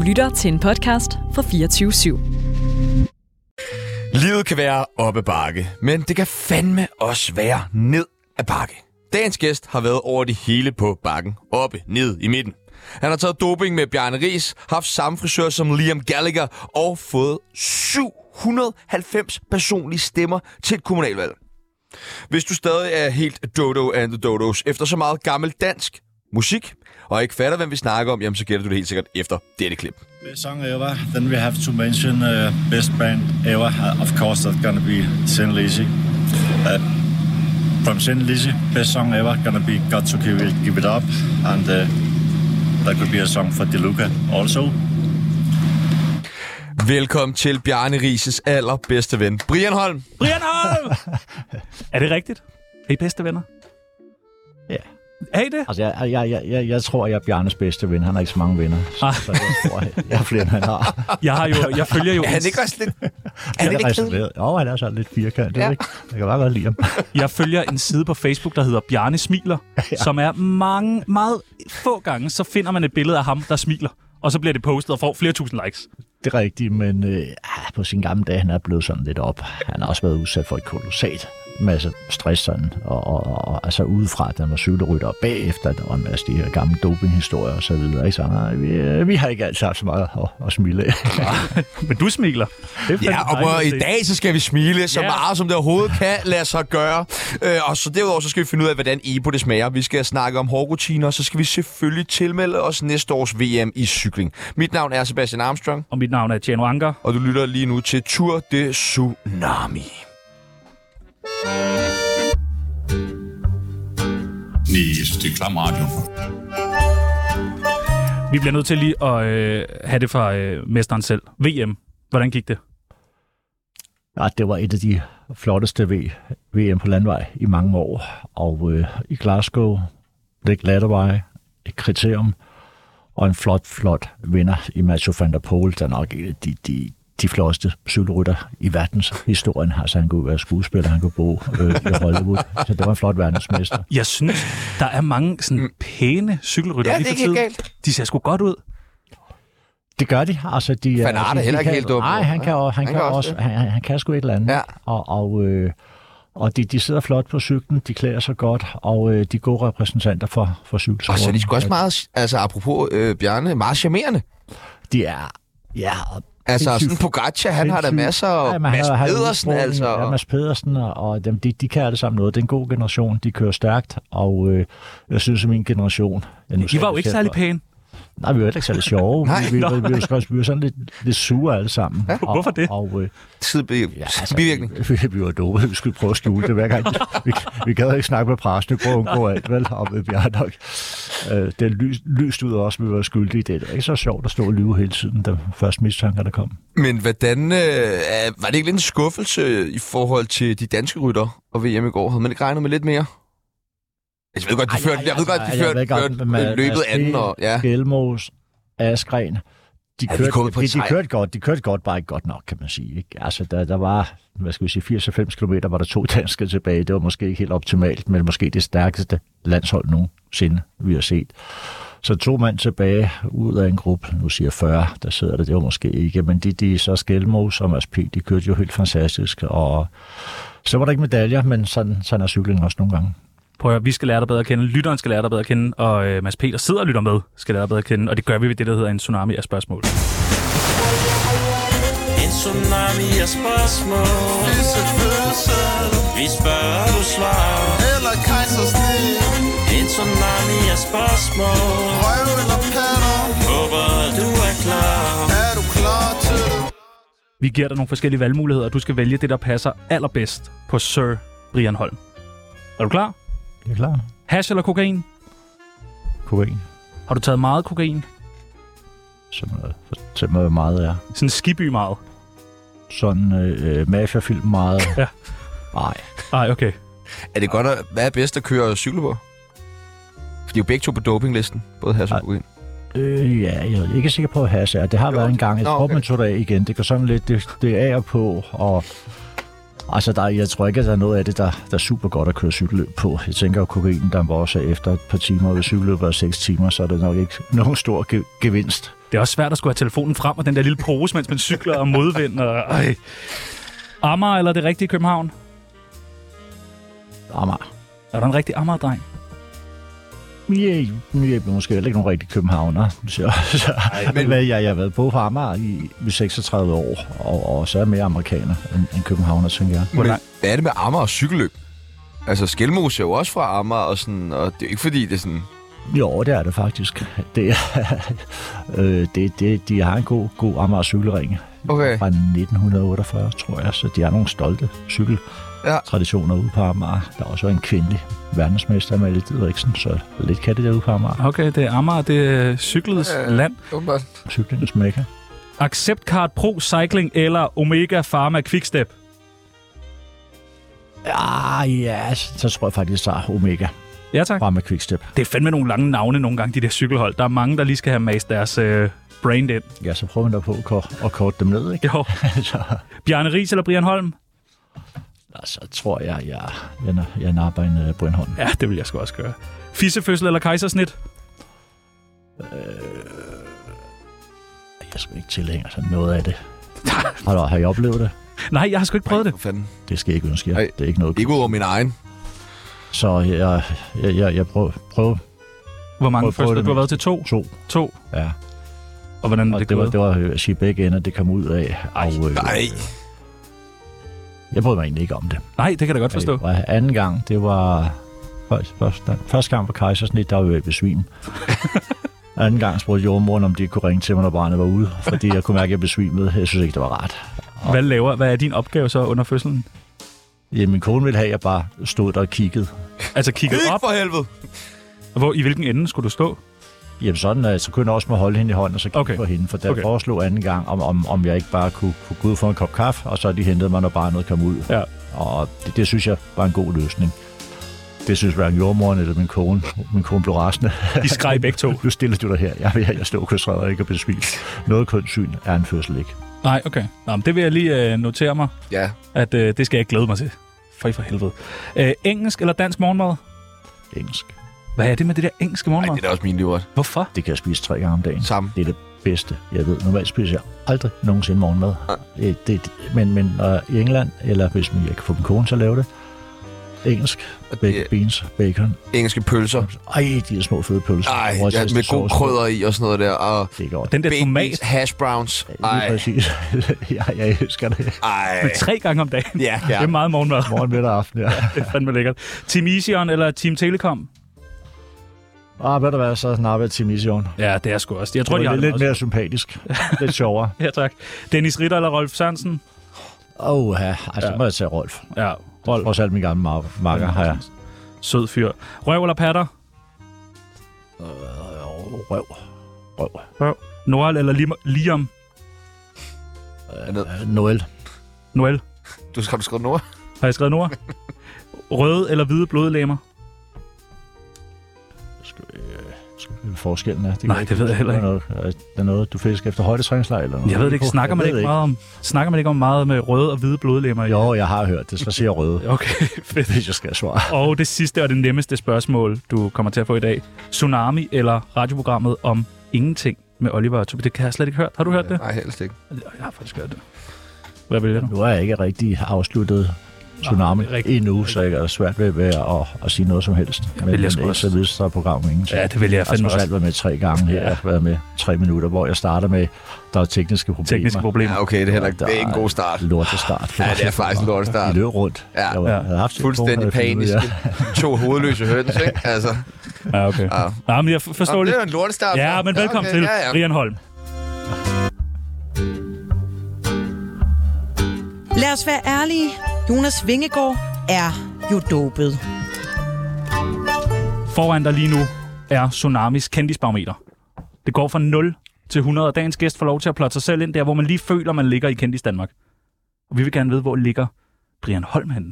lytter til en podcast fra 24/7. Livet kan være op ad bakke, men det kan fandme også være ned ad bakke. Dagens gæst har været over det hele på bakken, oppe, ned i midten. Han har taget doping med Bjarne Riis, haft samme frisør som Liam Gallagher og fået 790 personlige stemmer til et kommunalvalg. Hvis du stadig er helt Dodo and the Dodos efter så meget gammel dansk musik, og ikke fatter, hvem vi snakker om, jamen så gætter du det helt sikkert efter dette klip. Best song ever, then we have to mention best band ever. Of course, that's gonna be Thin Lizzy. From Thin Lizzy, best song ever, gonna be Got to Give It Up, and that could be a song for DeLuca also. Velkommen til Bjarne Riis' allerbedste ven, Brian Holm. Brian Holm! Er det rigtigt? Er I bedste venner? Ja. Er I det? Altså, jeg tror, jeg er Bjarnes bedste ven. Han har ikke så mange venner. Så jeg tror, jeg har flere, end han har. Jeg følger jo... Er han ikke også lidt... Han er reserveret. Han er så lidt firkantet, ja. Ikke? Jeg kan bare godt lide ham. Jeg følger en side på Facebook, der hedder Bjarne Smiler, som er meget få gange, så finder man et billede af ham, der smiler. Og så bliver det postet og får flere tusind likes. Det er rigtigt, men på sin gamle dag, han er blevet sådan lidt op. Han har også været udsat for et kolossalt masse stress sådan, og altså udefra, da han var cykelrytter, og bagefter, der var en masse de her gamle dopinghistorier og så videre. Ikke? Så vi har ikke altid haft så meget at smile af. Men du smiler. Ja, og i dag, så skal vi smile så meget, som det overhovedet kan lade sig gøre. Og så derudover, så skal vi finde ud af, hvordan EPO det smager. Vi skal snakke om hårrutiner, og så skal vi selvfølgelig tilmelde os næste års VM i cykling. Mit navn er Sebastian Armstrong. Og mit navn er Tjano Anker. Og du lytter lige nu til Tour de Tsunami. Jeg synes, det er klam radio. Vi bliver nødt til lige at have det fra mesteren selv. VM. Hvordan gik det? Ja, det var et af de flotteste VM på landvej i mange år. Og i Glasgow, det glattevej, et kriterium, og en flot vinder i Mathieu van der Poel, der nok de flotteste cykelrytter i verdenshistorien. Altså, han kunne være skuespiller, han kunne bo i Hollywood. Så det var en flot verdensmester. Jeg synes, der er mange sådan pæne cykelrytter. Ja, det er ikke helt galt. De ser sgu godt ud. Det gør de. Altså, Van Aert er heller ikke helt dum. Nej, han kan sgu et eller andet. Ja. Og de sidder flot på cyklen, de klæder sig godt, og de er gode repræsentanter for cykelsporten. Og så er de sgu også meget, altså apropos Bjarne, meget charmerende. De er, ja... Altså, sådan Pogacar, han har da masser, og Mads Pedersen, altså. Ja, Mads Pedersen, og dem, de kan alle sammen noget. Det er en god generation, de kører stærkt, og jeg synes, at min generation... I var jo ikke særlig pæne. Nej, vi var ikke særlig sjove. Vi var sådan lidt sure alle sammen. Ja, hvorfor det? Bivirkning. Vi var dumme, vi skulle prøve at skjule det hver gang. Vi gad ikke snakke med pressen, vi undgå alt, vel? Og vi har nok... Det er lyst ud af os, vi var skyldige i det. Det er ikke så sjovt at stå og lyve hele tiden, da første mistanker der kom. Men hvordan... var det ikke lidt en skuffelse i forhold til de danske rytter og VM i går? Havde man ikke regnet med lidt mere? Jeg ved godt, de førte løbet anden og... Ja. Gjelmos, Askren, de kørte godt, bare ikke godt nok, kan man sige. Ikke? Altså, der var, 80-90 kilometer, var der 2 danskere tilbage. Det var måske ikke helt optimalt, men måske det stærkeste landshold nogensinde, vi har set. Så 2 mand tilbage ud af en gruppe, nu siger 40, der sidder det var måske ikke, men de så Gjelmos og Mads P, de kørte jo helt fantastisk, og så var der ikke medaljer, men sådan er cykling også nogle gange. Prøv at, vi skal lære dig bedre at kende, lytteren skal lære dig bedre at kende, og Mads Peter sidder og lytter med, skal lære dig bedre at kende, og det gør vi ved det, der hedder en tsunami af spørgsmål. En tsunami af spørgsmål. Vi spørger, du svarer. Eller kejsersnit. En tsunami af spørgsmål. Røv eller patter. Håber, du er klar. Er du klar til det? Vi giver dig nogle forskellige valgmuligheder, og du skal vælge det, der passer allerbedst på Sir Brian Holm. Er du klar? Jeg er klar. Hash eller kokain? Kokain. Har du taget meget kokain? Fortæl mig, hvor meget er. Sådan Skiby meget? Sådan mafiafilm meget? Ja. Nej, okay. Er det godt hvad er bedst at køre cykel på? For de er jo begge to på dopinglisten, både hash og kokain. Ja, jeg er ikke sikker på, at hash er. Det har været en gang. Jeg tror, man tog det af igen. Det går sådan lidt, det er af og på, og... Altså, jeg tror ikke, at der er noget af det, der er super godt at køre cykelløb på. Jeg tænker, at kokainen, der var også efter et par timer ved cykelløb og 6 timer, så er det nok ikke nogen stor gevinst. Det er også svært at skulle have telefonen frem, og den der lille pose, mens man cykler og modvind. Og, Amager eller det rigtige København? Amager. Er der en rigtig Amager-dreng? Jeg er måske heller ikke nogen rigtig københavner. Men jeg har været på Amager i 36 år, og så er jeg mere amerikaner end københavner, tænker jeg. Men hvad er det med Amager og cykelløb? Altså, Skelmose er jo også fra Amager, og det er jo ikke fordi, det er sådan... Jo, det er det faktisk. De har en god Amager cykelring fra 1948, tror jeg, så de har nogle stolte cykeltraditioner ude på Amager. Der er også en kvindelig verdensmester, Amalie Didriksen, så lidt kan det derude på Amager. Okay, det er Amager, det er cykledes land. Cyklingens mekka. Acceptcard Pro Cycling eller Omega Pharma Quickstep? Ja, så tror jeg faktisk, at Omega. Ja, tak. Pharma Quickstep. Det er fandme nogle lange navne nogle gange, de der cykelhold. Der er mange, der lige skal have mast deres brand ind. Ja, så prøver man da på at korte dem ned, ikke? Jo. Bjarne Riis eller Brian Holm? Så tror jeg napper en Brian Holm. Ja, det vil jeg sgu også gøre. Fissefødsel eller kejsersnit? Jeg skal ikke tilhænge sådan noget af det. Har I oplevet det? Nej, jeg har sgu ikke prøvet det. Det skal jeg ikke ønske jer. Det er ikke noget. Ikke ud over min egen. Så jeg prøver. Hvor mange fødsler? Du har været til 2? 2. Ja. Og hvordan det gået? Det var at sige begge ender, det kom ud af. Nej. Jeg brød mig egentlig ikke om det. Nej, det kan jeg da godt forstå. Anden gang, det var... Første gang på kejsersnit, der var jeg besvim. Anden gang spurgte jordmoren, om de kunne ringe til mig, når barnet var ude. Fordi jeg kunne mærke, at jeg besvimede. Jeg synes ikke, det var rart. Hvad er din opgave så under fødslen? Ja, min kone ville have, at jeg bare stod der og kiggede. Altså kiggede op? For helvede! I hvilken ende skulle du stå? Jamen sådan, så kunne jeg også holde hende i hånden og så kigge på hende. For der foreslog anden gang, om jeg ikke bare kunne gå ud for en kop kaffe, og så de hentede mig, når barnet kom ud. Ja. Og det synes jeg var en god løsning. Det synes hverken jordmoren eller min kone. Min kone blev rasende. De skreg begge to. Nu stiller du dig her. Jeg stod og ikke og besvim. Noget kønssyn er en fødsel ikke. Nej, okay. Nå, det vil jeg lige notere mig. Ja. At det skal jeg glæde mig til. For helvede. Engelsk eller dansk morgenmad? Engelsk. Hvad er det med det der engelske morgenmad? Nej, det er også min livret. Hvorfor? Det kan jeg spise 3 gange om dagen. Sammen. Det er det bedste, jeg ved. Normalt spiser jeg aldrig nogensinde morgenmad. Men i England, eller hvis jeg kan få min kone til at lave det, engelsk, beans, bacon. Engelske pølser. De er små fede pølser. Med god krydder i og sådan noget der. Og det er godt. Den der tomat. Hash browns. Præcis. Jeg elsker det. Men 3 gange om dagen. Ja. Det er meget morgenmad. Morgen, middag og aften, ja. Det er fandme lækkert. Team Easion eller Team Telekom? Ved du hvad, så snart ved Team Easion. Ja, det er sgu også. Jeg tror, det er lidt mere sympatisk. Lidt sjovere. Ja, tak. Dennis Ritter eller Rolf Sørensen? Må jeg tage Rolf. Ja, Rolf. Også alt min gamle makker har jeg. Sød fyr. Røv eller patter? Røv. Noel eller Liam? Noel. Du skal skrive Noah? Har jeg skrevet Noah? Røde eller hvide blodlegemer? Forskellen er. Nej, det ved jeg heller ikke. Det er noget, du fisker efter højdetræningslejr eller noget? Jeg ved det ikke. Snakker man ikke om meget med røde og hvide blodlegemer? Jo, jeg har hørt det. Så siger jeg røde. Okay, fedt. Hvis jeg skal svare. Og det sidste og det nemmeste spørgsmål, du kommer til at få i dag. Tsunami eller radioprogrammet om ingenting med Oliver og Tobi? Det kan jeg slet ikke hørt. Har du hørt det? Nej, helst ikke. Jeg har faktisk hørt det. Hvad vil du? Nu er jeg ikke rigtig afsluttet Tsunami endnu, så jeg er svært ved at sige noget som helst. Men jeg så vidste der programmet ingen. Ja, det vil jeg fandme også. Jeg har været med 3 gange her. Jeg har været med 3 minutter, hvor jeg starter med, der er tekniske problemer. Ja, okay, det er ikke en god start. Lortestart. Ja, det er faktisk en lortestart. Vi løb rundt. Ja. Jeg havde haft fuldstændig panisk. 2 hovedløse høns, ikke? Altså. Ja, okay. Ja, men jeg forstår det er en lortestart. Ja, men velkommen til Brian Holm. Lad os være ærlige. Jonas Vingegaard er jo dopet. Foran dig lige nu er Tsunamis kendisbarometer. Det går fra 0 til 100, og dagens gæst får lov til at plotte sig selv ind der, hvor man lige føler, man ligger i Kendis Danmark. Og vi vil gerne vide, hvor ligger Brian Holm henne.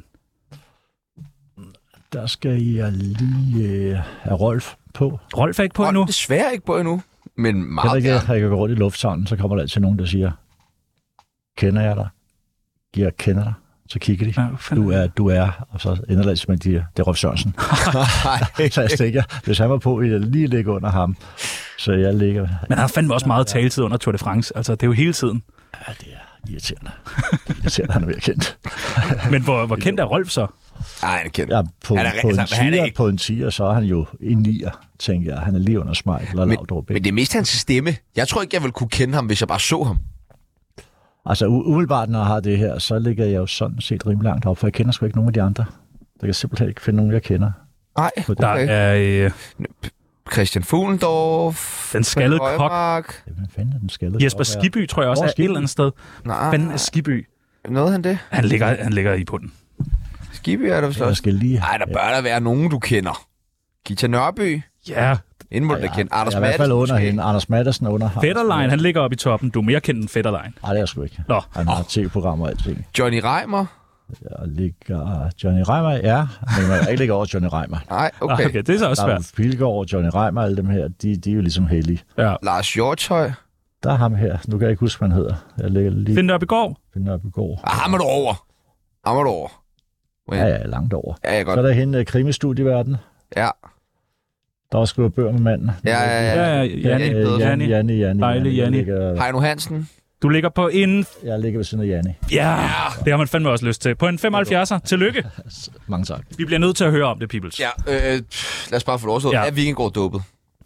Der skal jeg lige have Rolf på. Rolf er ikke på endnu? Rolf er desværre ikke på endnu, men meget gerne. Jeg kan gå rundt i lufthavnen, så kommer der altid nogen, der siger, kender jeg dig? Jeg kender dig. Så kigger de. Ja, du er, og så ender det med, det er Rolf Sørensen. Så jeg tænker, hvis han var på, ville jeg lige ligge under ham. Så jeg ligger... Men han har fandme også meget taletid under Tour de France. Altså, det er jo hele tiden. Ja, det er irriterende. Han er ved at kendt. Men hvor kendt er Rolf så? Nej, han er kendt. Ja, på en 10'er, så er han jo en 9'er, tænker jeg. Han er lige under Schmeichel og Laudrup. Men det er mest hans stemme. Jeg tror ikke, jeg ville kunne kende ham, hvis jeg bare så ham. Altså, umiddelbart, når jeg har det her, så ligger jeg jo sådan set rimelig langt op, for jeg kender sgu ikke nogen af de andre. Der kan simpelthen ikke finde nogen, jeg kender. Nej, okay. Der er... Christian Fuglendorf. Den skaldede kok. Hvem fanden er den skaldede Jesper Skibby, tror jeg også, er et eller andet sted. Nej. Fanden er Skibby? Nåede han det? Han ligger i bunden. Skibby er der vist også. Nej, der bør der være nogen, du kender. Gita Nørby. Ja. Inden må du da kende. Anders Madsen. I hvert fald under hende. Anders Madsen under ham. Fetterlein, han ligger oppe i toppen. Du er mere kendt end Fetterlein. Nej, det er sgu ikke. Nå. Han har tv-programmer og alting. Johnny Reimer. Jeg ligger Johnny Reimer, ja. Men jeg ikke ligger over Johnny Reimer. Nej, okay. Det er så også svært. Der er Pilgaard, Johnny Reimer, alle dem her, de er jo ligesom hellige. Ja. Lars Hjortøj. Der er ham her. Nu kan jeg ikke huske, hvad han hedder. Jeg ligger lige... Finn Nørbegaard. Ham er du over. Ja, langt over. Ja, godt. Så er der hende krimistudieverdenen. Ja. Der også skriver bøger med manden. Ja. Janni. Dejlig Janni. Heino Hansen. Du ligger på en... Jeg ligger ved siden af Janni. Ja, det har man fandme også lyst til. På en 75'er. Tillykke. Mange tak. Vi bliver nødt til at høre om det, Peoples. Ja, lad os bare få det overstået. Er Vingegaard dopet?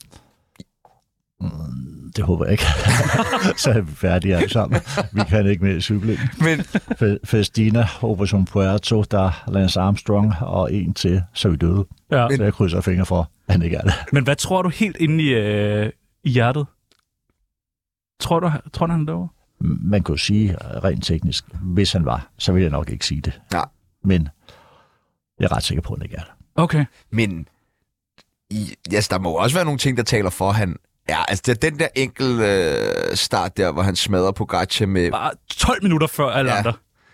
Det håber jeg ikke. Så er vi færdige alle sammen. Vi kan ikke med cykling. Men... Festina, Operation Puerto, der Lance Armstrong og en til, så er vi døde. Ja. Så jeg krydser fingre for, han ikke er det. Men hvad tror du helt inde i hjertet? Tror du han er derovre? Man kunne sige rent teknisk, hvis han var, så ville jeg nok ikke sige det. Ja. Men jeg er ret sikker på, at han ikke er det. Okay. Men der må også være nogle ting, der taler for, han... Ja, altså det er den der enkel start der, hvor han smadrer Pogačar med... Bare 12 minutter før alle andre.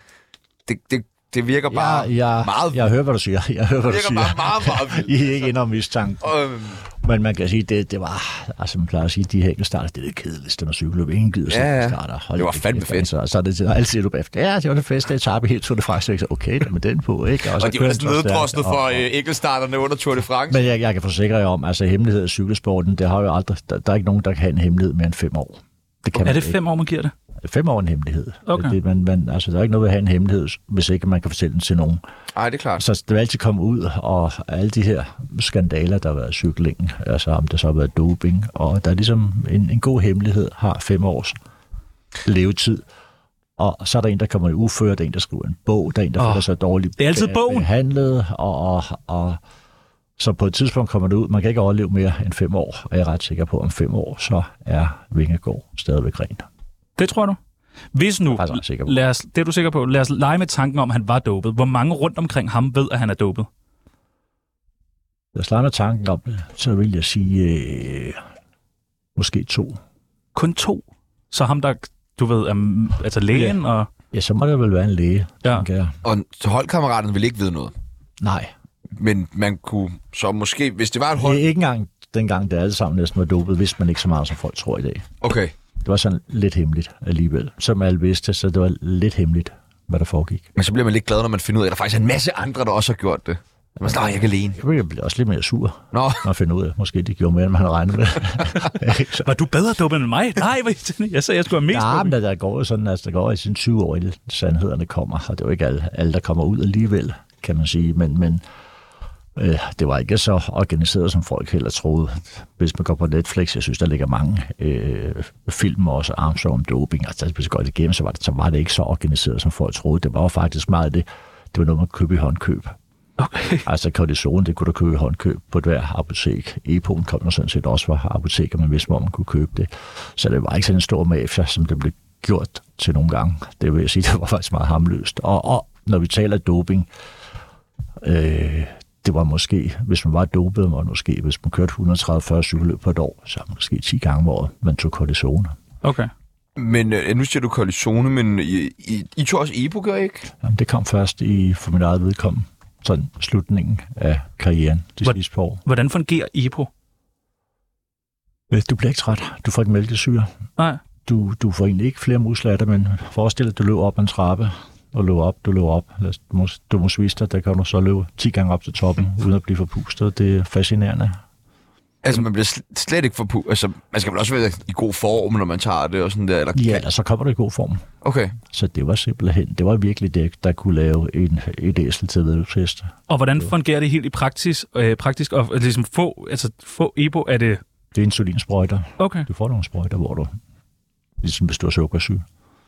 Det virker bare meget... Jeg hører, hvad du siger. Det virker bare meget I er ikke inde om mistanke. Men man kan sige, det var... Altså man plejer at sige, de her enkeltstarter, det er det kedeligste, når cykelløb. Ingen gider starter. Det var fandme fedt. Så er det altid du bagefter. Ja, det var det fedeste etape helt Tour de France. Så okay, der med den på, ikke? Og de var næsten neddroslet for enkeltstarterne under Tour de France. Men jeg kan forsikre jer om, altså hemmelighed af cykelsporten, det har jo aldrig... Der er ikke nogen, der kan have en hemmelighed mere end 5 år. Det kan er det 5 år, man giver det? 5 år en hemmelighed. Okay. Altså, der er ikke noget ved at have en hemmelighed, hvis ikke man kan fortælle den til nogen. Nej, det er klart. Så det vil altid komme ud, og alle de her skandaler, der har været cyklingen, altså om der så har været doping, og der er ligesom en god hemmelighed, har 5 års levetid. Og så er der en, der kommer i uføre, der er en, der skriver en bog, der er en, der føler sig dårligt det er altid bogen. Behandlet, og så på et tidspunkt kommer det ud, man kan ikke overleve mere end 5 år, og jeg er ret sikker på, at om 5 år, så er Vingegaard stadigvæk ren. Det tror du? Hvis nu, det er du sikker på, lad os lege med tanken om, at han var dopet. Hvor mange rundt omkring ham ved, at han er dopet? Lad os lege med tanken om det, så vil jeg sige, måske 2. Kun 2? Så ham der, du ved, altså lægen og... Ja, så må det vel være en læge, tænker jeg. Og holdkammeraterne vil ikke vide noget? Nej. Men man kunne så måske, hvis det var et hold... Det er ikke engang dengang, det alle sammen næsten var dopet, vidste man ikke så meget, som folk tror i dag. Okay. Det var sådan lidt hemmeligt alligevel. Som alle vidste, så det var lidt hemmeligt, hvad der foregik. Men så bliver man lidt glad, når man finder ud af, at der faktisk er en masse andre, der også har gjort det. Man siger, jeg er ikke alene. Jeg bliver også lidt mere sur, når man finder ud af, måske de gjorde mere, end man havde regnet med. Var du bedre dopet end mig? Nej, jeg sagde, jeg skulle have mest dopet. Ja, men der går jo sådan, altså der går i sine 20 år, sandhederne kommer, og det er jo ikke alle, der kommer ud alligevel, kan man sige, men det var ikke så organiseret, som folk heller troede. Hvis man går på Netflix, jeg synes, der ligger mange film også, Armstrong om doping, altså hvis man går igennem, så var det ikke så organiseret, som folk troede. Det var jo faktisk meget det var noget, man købte i håndkøb. Okay. Altså kortison, det kunne du købe i håndkøb på et hver apotek. E-poen kom jo sådan set også fra apoteker, man vidste, hvor man kunne købe det. Så det var ikke sådan en stor mafia, som det blev gjort til nogle gange. Det vil jeg sige, det var faktisk meget harmløst. Og når vi taler doping, det var måske, hvis man var dopet, var måske, hvis man kørte 130-40 cykelløb på et år, så måske 10 gange om året, man tog kortison. Okay. Men nu siger du kortison, men I tog også EPO, gør I ikke? Jamen, det kom først for mit eget vedkommende. Sådan slutningen af karrieren, de sidste par år. Hvordan fungerer EPO? Du bliver ikke træt. Du får ikke mælkesyre. Nej. Du får egentlig ikke flere muskler af det, men forestil dig, at du løber op ad en trappe, og du løber op. Du må vise dig, der kan du så løbe 10 gange op til toppen, uden at blive forpustet. Det er fascinerende. Altså, man bliver slet ikke for... Altså, man skal vel også være i god form, når man tager det og sådan der? Eller... Ja, eller så kommer du i god form. Okay. Så det var simpelthen... Det var virkelig det, der kunne lave et æsel til væddeløbshest. Og hvordan fungerer det helt i praktisk og ligesom få EPO? Er det... Det er insulinsprøjter. Okay. Du får nogle sprøjter, hvor du... Ligesom hvis du har sukkersyge.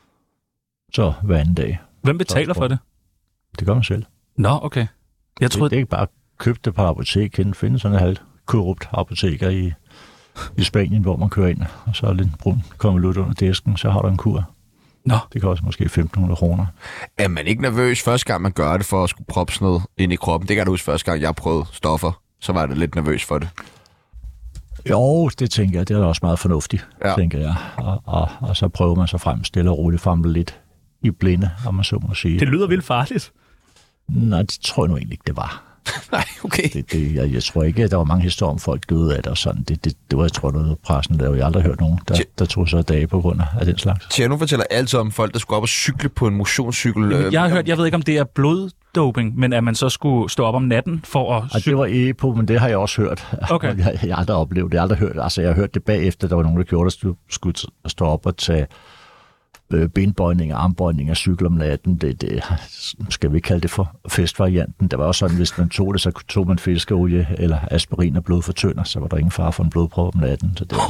Så hver anden dag. Hvem betaler for det? Det gør man selv. Nå, okay. Jeg troede... Det er ikke bare købt det på apotek. Kan finde sådan en halvt korrupt apoteker i Spanien, hvor man kører ind, og så er lidt brun konvolut under disken, så har du en kur. Nå. Det kan også måske 1.500 kroner. Er man ikke nervøs første gang, man gør det for at skulle proppe sådan noget ind i kroppen? Det kan du huske første gang, jeg prøvede stoffer. Så var jeg lidt nervøs for det. Jo, det tænker jeg. Det er også meget fornuftigt, tænker jeg. Og så prøver man så frem stille og roligt famle lidt i blinde, om man så må sige. Det lyder vildt farligt. Nej, det tror jeg nu egentlig ikke, det var. Nej, okay. Jeg tror ikke, at der var mange historier om folk døde af det og sådan. Det var, jeg tror, noget pressen, der har jeg aldrig hørt nogen, der tog så dage på grund af den slags. Tjerno fortæller altid om folk, der skulle op og cykle på en motionscykel. Jeg har hørt, jeg ved ikke, om det er bloddoping, men at man så skulle stå op om natten for at... Og det var EPO, men det har jeg også hørt. Okay. Jeg har aldrig oplevet det. Jeg har aldrig hørt. Altså, jeg har hørt det bagefter, der var nogen, der gjorde, at du skulle stå op og tage benbøjning og armbøjning af cykel om natten. Det skal vi ikke kalde det for festvarianten. Det var også sådan, hvis man tog det, så tog man fiskeolie eller aspirin og blodfortynder, så var der ingen fare for en blodprop om natten. Så det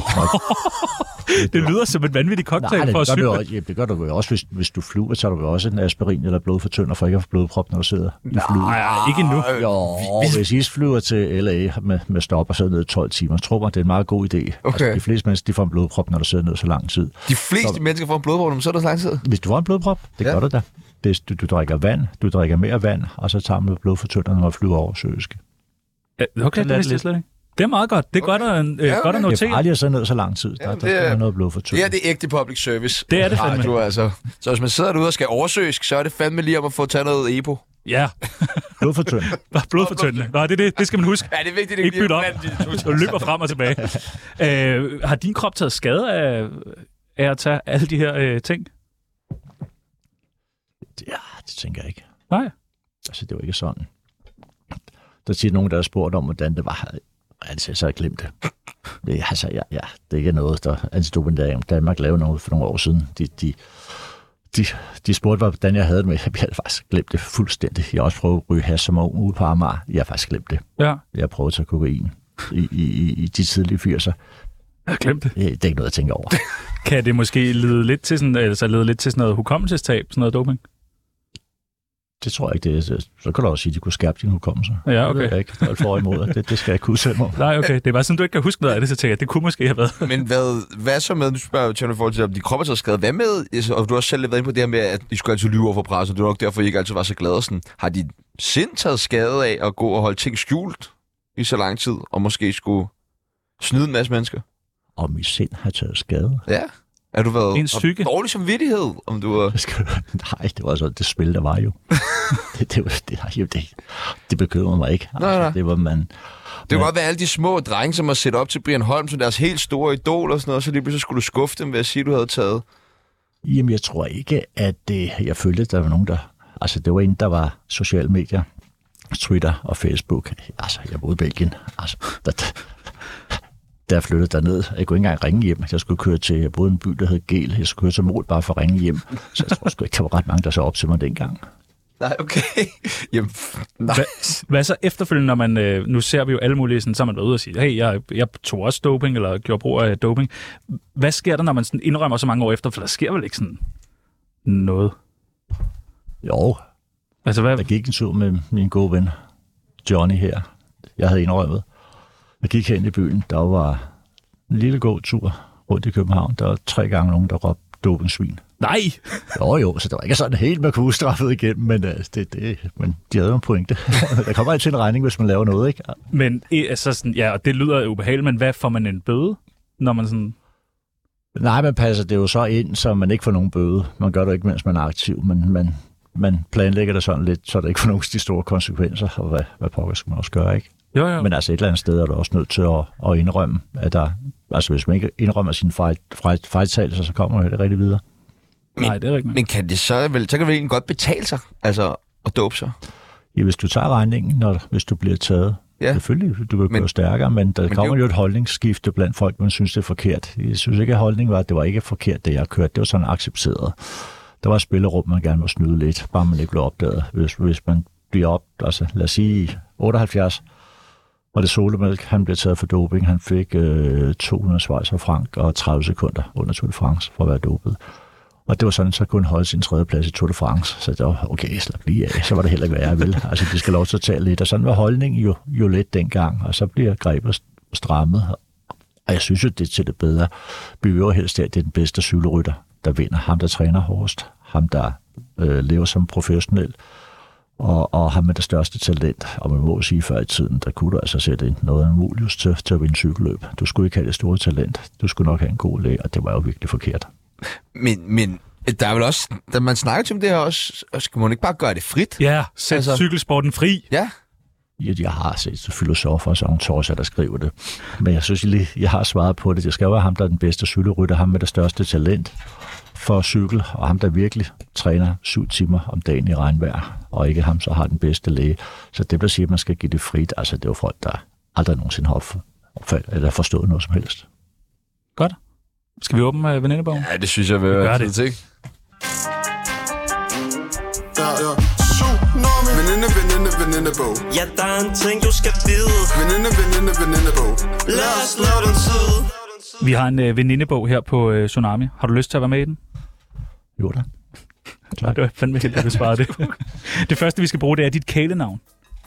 det lyder som en vanvittig cocktail for at cykle. Det gør du jo også, hvis du flyver, så har du jo også en aspirin eller blodfortynder for ikke at få blodprop, når du sidder i flyet. Nej, ikke endnu. Jo, hvis I flyver til LA med stop og sidder ned i 12 timer, tror mig, det er en meget god idé. Okay. Altså, de fleste mennesker, de får en blodprop, når du sidder ned så lang tid. De fleste mennesker får en blodprop, når du sidder så lang tid? Hvis du får en blodprop, det gør du da. Hvis du drikker vand, du drikker mere vand, og så tager man blodfortynder, når man flyver over søiske. Okay, det vidste jeg slet ikke. Det er meget godt. Det er godt at notere. Det er farligt at sidde ned så lang tid. Der er noget blodfortynder. Ja, det er ægte public service. Det er det fandme. Radio, altså. Så hvis man sidder derude og skal oversøge, så er det fandme lige om at få taget noget EPO. Ja. Blodfortyndende. Blodfortyndende. Nå, det skal man huske. Ja, det er vigtigt. Ikke bytte op. Du løber frem og tilbage. Har din krop taget skade af at tage alle de her ting? Ja, det tænker jeg ikke. Nej. Altså, det var ikke sådan. Der siger nogen, der har spurgt om, hvordan det var. Altså, så har jeg glemt det. Det er ikke noget, der Antidoping Danmark lavede noget for nogle år siden. De spurgte, hvordan jeg havde det med. Jeg havde faktisk glemt det fuldstændig. Jeg har også prøvet at ryge hash som ung ude på Amager. Jeg har faktisk glemt det. Ja. Jeg har prøvet at tage kokain i de tidlige 80'er. Jeg har glemt det. Det er ikke noget, jeg tænker over. Kan det måske lede lidt til sådan noget hukommelsestab, sådan noget doping? Det tror jeg ikke, det er. Så kan du også sige, at de kunne skærpe din hukommelse. Ja, okay. Det er ikke alt for imod. Det skal jeg ikke kunne selv om. Nej, okay. Det er bare sådan, du ikke kan huske noget af det, så tænker jeg, det kunne måske have været. Men hvad så med, du spørger til i forhold til, om de kropper så skadet. Hvad med, og du har også selv været inde på det her med, at de skulle altid lyve over for pressen, og det var nok derfor, I ikke altid var så glade. Sådan. Har de sind taget skade af at gå og holde ting skjult i så lang tid, og måske skulle snyde en masse mennesker? Og mit sind har taget skade? Ja. Er du været dårlig samvittighed, om du var... Nej, det var så det spil, der var jo. det bekymrer mig ikke. Altså, det var man... Det kunne godt være alle de små drenge, som har set op til Brian Holm som deres helt store idol og sådan noget, så lige pludselig skulle du skuffe dem ved at sige, at du havde taget. Jamen, jeg tror ikke, at jeg følte, at der var nogen, der... Altså, det var inden der var sociale medier, Twitter og Facebook. Altså, jeg boede i Belgien. Altså, da jeg flyttede derned, jeg kunne ikke engang ringe hjem. Jeg boede i en by, der hed Gel. Jeg skulle køre til Mål bare for at ringe hjem. Så jeg tror sgu ikke, der var ret mange, der så op til mig dengang. Nej, okay. Jamen, hvad så efterfølgende, når man... Nu ser vi jo alle mulige, sådan, så man været ude og sige, hey, jeg tog også doping, eller gjorde brug af doping. Hvad sker der, når man sådan indrømmer så mange år efter? For der sker vel ikke sådan noget? Jo. Altså, hvad... Jeg gik en tur med min gode ven, Johnny her. Jeg havde indrømmet. Jeg gik hen i byen, der var en lille god tur rundt i København. Der var 3 gange nogen, der råbte dopingsvin. Nej! Jo, så det var ikke sådan helt, man kunne udstraffet igennem, men, men de havde jo en pointe. Der kommer altid en regning, hvis man laver noget, ikke? Men altså sådan, ja, og det lyder ubehageligt, men hvad får man en bøde, når man sådan... Nej, man passer det jo så ind, så man ikke får nogen bøde. Man gør det ikke, mens man er aktiv, men man planlægger det sådan lidt, så der ikke får nogen de store konsekvenser, og hvad pokker skal man også gøre, ikke? Jo. Men altså et eller andet sted er du også nødt til at indrømme, at der... Altså hvis man ikke indrømmer sine fejltagelser, så kommer man det rigtig videre. Nej, det er rigtigt. Men kan det så kan det vel egentlig godt betale sig, altså at dope sig? Ja, hvis du tager regningen, hvis du bliver taget Ja. Selvfølgelig, du kan gå stærkere, men der kommer jo et holdningsskifte blandt folk, man synes, det er forkert. Jeg synes ikke, at holdningen var, at det var ikke forkert, det jeg kørte. Det var sådan accepteret. Der var et spillerum, man gerne må snyde lidt, bare man ikke blev opdaget. Hvis man bliver op, altså lad os sige 78, var det Solemælk, han blev taget for doping. Han fik 200 schweizerfranc og 30 sekunder under Tour de France for at være dopet. Og det var sådan, så kunne han holde sin 3. plads i Tour de France. Så det var, okay, slap lige af. Så var det heller ikke, hvad jeg ville. Altså, de skal lov til at tage lidt. Og sådan var holdningen jo lidt dengang. Og så bliver grebet strammet. Og jeg synes jo, det er til det bedre. Vi vil jo helst, at det er den bedste cykelrytter, der vinder. Ham, der træner hårdest. Ham, der lever som professionel. Og ham med det største talent. Og man må sige, før i tiden, der kunne du altså sætte ind noget muligt til at vinde cykelløb. Du skulle ikke have det store talent. Du skulle nok have en god læge, og det var jo virkelig forkert. Men der er vel også, da man snakker til det her også, skal man ikke bare gøre det frit? Ja, sæt cykelsporten fri. Ja. Jeg har set filosofer som Torsa, der skriver det. Men jeg synes lige, jeg har svaret på det. Det skal jo være ham, der er den bedste cykelrytter, ham med det største talent for cykel, og ham, der virkelig træner 7 timer om dagen i regnvejr, og ikke ham, så har den bedste læge. Så det vil sige, at man skal give det frit. Altså, det er jo folk, der aldrig nogensinde har forstået noget som helst. Godt. Skal vi åbne venindebogen? Ja, det synes jeg vil være tid til. Ja. Venindebog. Ja, der er en ting, du skal vide. Venindebog. Lad os lave den tid. Vi har en venindebog her på Tsunami. Har du lyst til at være med i den? Jo da. Nej, det var fandme helt, at du svarede det. Det første, vi skal bruge, det er dit kælenavn.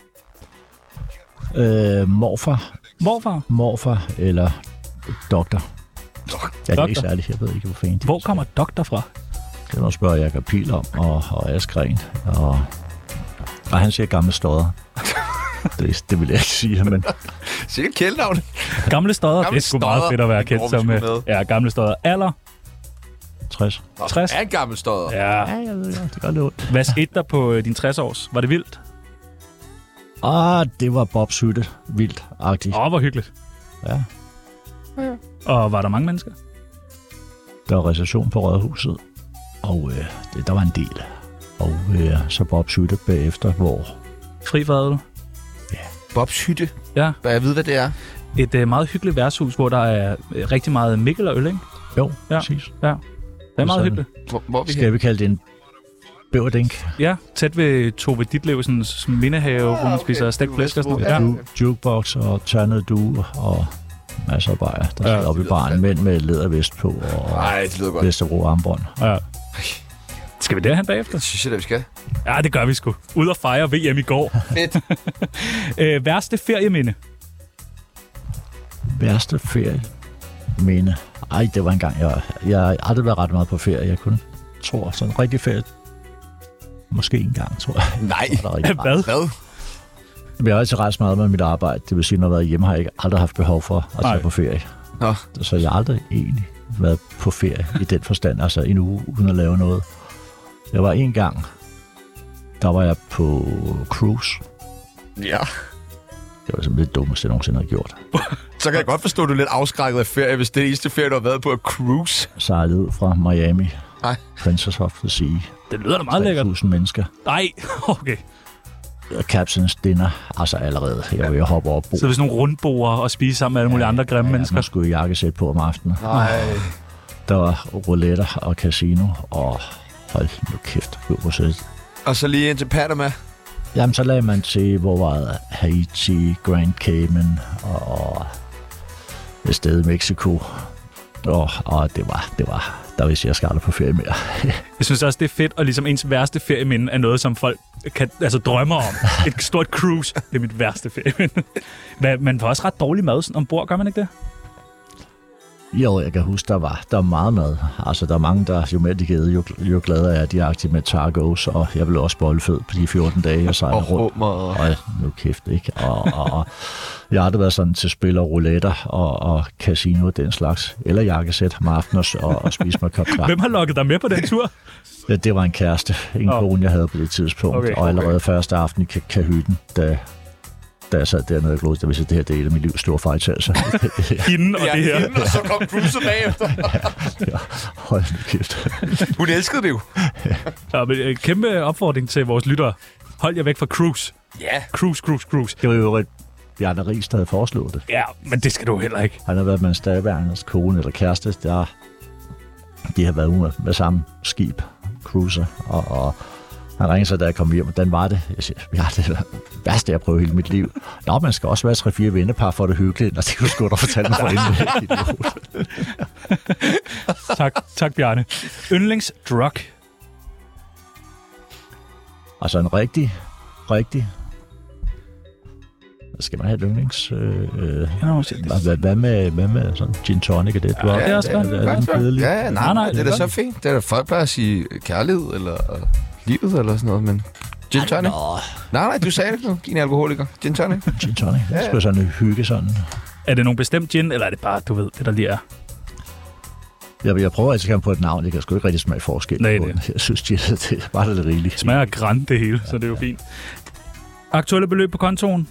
Morfar. Morfar? Morfar eller doktor. Ja, det er ikke særligt. Jeg ved ikke, hvor fanden. Hvor kommer doktor fra? Det er noget spørger Jakob Pihl om, og Askren. Og han siger gamle stodder. det vil jeg ikke sige, men... Sikkert kælenavn. Gamle stodder, det er sgu meget fedt at være kendt som... Ja, gamle stodder. Alder? 60. 60? Er en gammel stodder. Ja, jeg ved det. Det gør det ondt. Hvad skete der på din 60-års? Var det vildt? Det var Bobs hytte. Vildt-agtigt. Hvor hyggeligt. Ja. Og var der mange mennesker? Der var reception på Rådhuset, og der var en del. Og så Bobs hytte bagefter, hvor... Fri for adel? Ja. Bobs hytte? Ja. Jeg ved, hvad det er. Et meget hyggeligt værtshus, hvor der er rigtig meget Mikkel og øl, ikke? Jo, ja. Præcis. Ja. Det er meget hyggeligt. Hvor vi skal vi kalde det en bæverdink? Ja, tæt ved Tove Ditlevsens mindehave, hvor man spiser stegt flæsk og sådan noget. Ja. Jukebox og tørnet due og masser af bajer, der skal op i baren. Mænd med lædervest på og Vesterbro armbånd. Ja. Skal vi derhen bagefter? Det synes jeg, vi skal. Ja, det gør vi sgu. Ud og fejre VM i går. Fedt. Værste ferieminde? Værste ferieminde? Det var engang, jeg har aldrig været ret meget på ferie. Jeg kun tror, sådan en rigtig ferie. Måske en gang, tror jeg. Nej, hvad? Jeg har altid rejst meget med mit arbejde. Det vil sige, når jeg har været hjemme, har jeg aldrig haft behov for at tage på ferie. Nå. Så jeg har aldrig egentlig været på ferie i den forstand. Altså en uge uden at lave noget. Jeg var en gang, der var jeg på cruise. Ja. Det var simpelthen det dummeste, jeg nogensinde har gjort. Så kan jeg godt forstå, at du er lidt afskrækket af ferie, hvis det eneste ferie, du har været på, er cruise. Sejlet ud fra Miami. Nej. Princess of the Sea. Det lyder da meget lækkert. 3.000 mennesker. Nej, okay. Captain's dinner, altså allerede. Jeg vil hoppe over bord. Så hvis nogle rundboer og spise sammen med alle mulige andre grimme mennesker. Man skulle jakkesæt på om aftenen. Nej. Der var rouletter og casino, og hold nu kæft, og så lige ind til Panama. Jamen, så lagde man til, hvor var Haiti, Grand Cayman og et sted i Mexico. Og det var, der vil jeg skal aldrig på ferie mere. Jeg synes også, det er fedt, og ligesom ens værste ferieminde er noget, som folk kan, drømmer om. Et stort cruise, det er mit værste ferieminde. Man får også ret dårlig mad sådan ombord, gør man ikke det? Jo, jeg kan huske, der var meget mad. Altså, der er mange, der jo mere de givet, jo gladere er de aktive med tacos, og jeg blev også boldfed på de 14 dage, jeg sejlede rundt. Og nu kæft, ikke? Og jeg har aldrig været sådan til spil og rouletter og casino og den slags. Eller jakkesæt om aftenen og spise mig kop klar. Hvem har lukket dig med på den tur? Ja, det var en kæreste. En kone, jeg havde på det tidspunkt. Okay. Og allerede første aften i Kahytten, da jeg sad dernede og glodede, der vidste, at det her det er et af mit livs store fejltagelser. Hende og det her. Hende, og så kom cruise bagefter. ja, hold nu kæft. Hun elskede det jo. Ja, men kæmpe opfordring til vores lyttere. Hold jer væk fra cruise. Ja. Cruise. Det var jo Bjarne Riis, der havde foreslået det. Ja, men det skal du heller ikke. Han har været med en Staværners kone eller kæreste, de har været ude med samme skib, cruiser, og han ringede så, da jeg kom hjem, og den var det. Jeg siger, ja, det er det værste, jeg prøver hele mit liv. Nå, man skal også være 3-4 vennepar for det hyggeligt, og det kunne sgu da fortælle mig for inden. Tak, Bjarne. Yndlingsdrug? Altså en rigtig... Skal man have et yndlings... Hvad med sådan gin tonic og det? Ja, det er også godt. Nej, det er da så fint. Det er da folk bare at sige kærlighed eller livet eller sådan noget, men gin tonic? Nej, du sagde det ikke noget. Giv en alkoholiker. Gin tonic? Gin tonic. Det skal sådan hygge sådan. Er det nogen bestemt gin, eller er det bare, du ved, det der lige er? Jeg prøver altid at på et navn. Jeg kan sgu ikke rigtig smage forskel på den. Jeg synes, det er bare lidt rigeligt. Det smager grænt det hele, så det er jo fint. Aktuelle beløb på kontoen?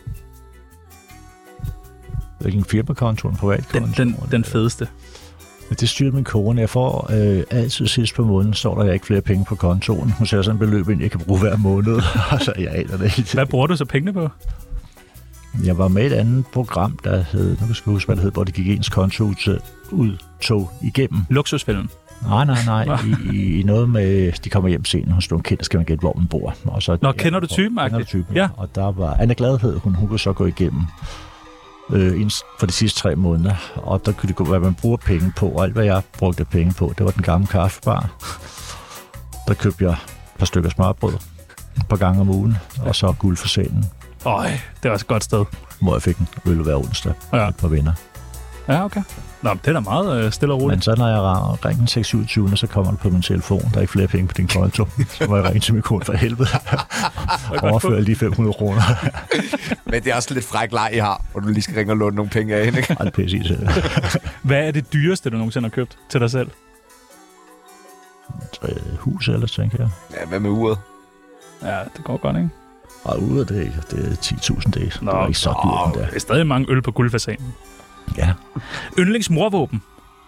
Hvilken firmakonto, en privatkonto? Den fedeste. Det styrer min kone. Jeg får altid sidst på måneden, står der ikke flere penge på kontoen. Hun sætter sådan et beløb ind, jeg kan bruge hver måned. Så jeg aner det ikke. Hvad bruger du så pengene på? Jeg var med i et andet program, der hed, nu skal jeg huske, hvad det hed, hvor det gik ens konto udtog igennem. Luksusfælden? Nej. I noget med, de kommer hjem sent, hos nogle kendte, skal man gætte, hvor man bor. Og så, kender du typen? Ja. Og der var Anna Gladhed, hun kunne så gå igennem for de sidste 3 måneder, og der kunne det gå, hvad man bruger penge på, og alt, hvad jeg brugte penge på, det var den gamle kaffebar. Der købte jeg et par stykker smørbrød et par gange om ugen, og så guld for scenen. Det var også et godt sted. Hvor jeg fik en øl hver onsdag, et par venner. Ja, okay. Nå, det er da meget stille og roligt. Men så når jeg ringer 6-27, så kommer det på min telefon. Der er ikke flere penge på din konto. Så må jeg ringe til min kone for helvede. Overføre lige 500 kroner. Men det er også lidt fræk leg, I har, hvor du lige skal ringe og låne nogle penge af hende, ikke? Det er præcis. Hvad er det dyreste, du nogensinde har købt til dig selv? Hus ellers, tænker jeg. Ja, hvad med uret? Ja, det går godt, ikke? Og uret, det er 10.000 dage. Det er ikke så dyrt, det er stadig mange øl på guldfasanen. Ja. Yndlingsmorvåben?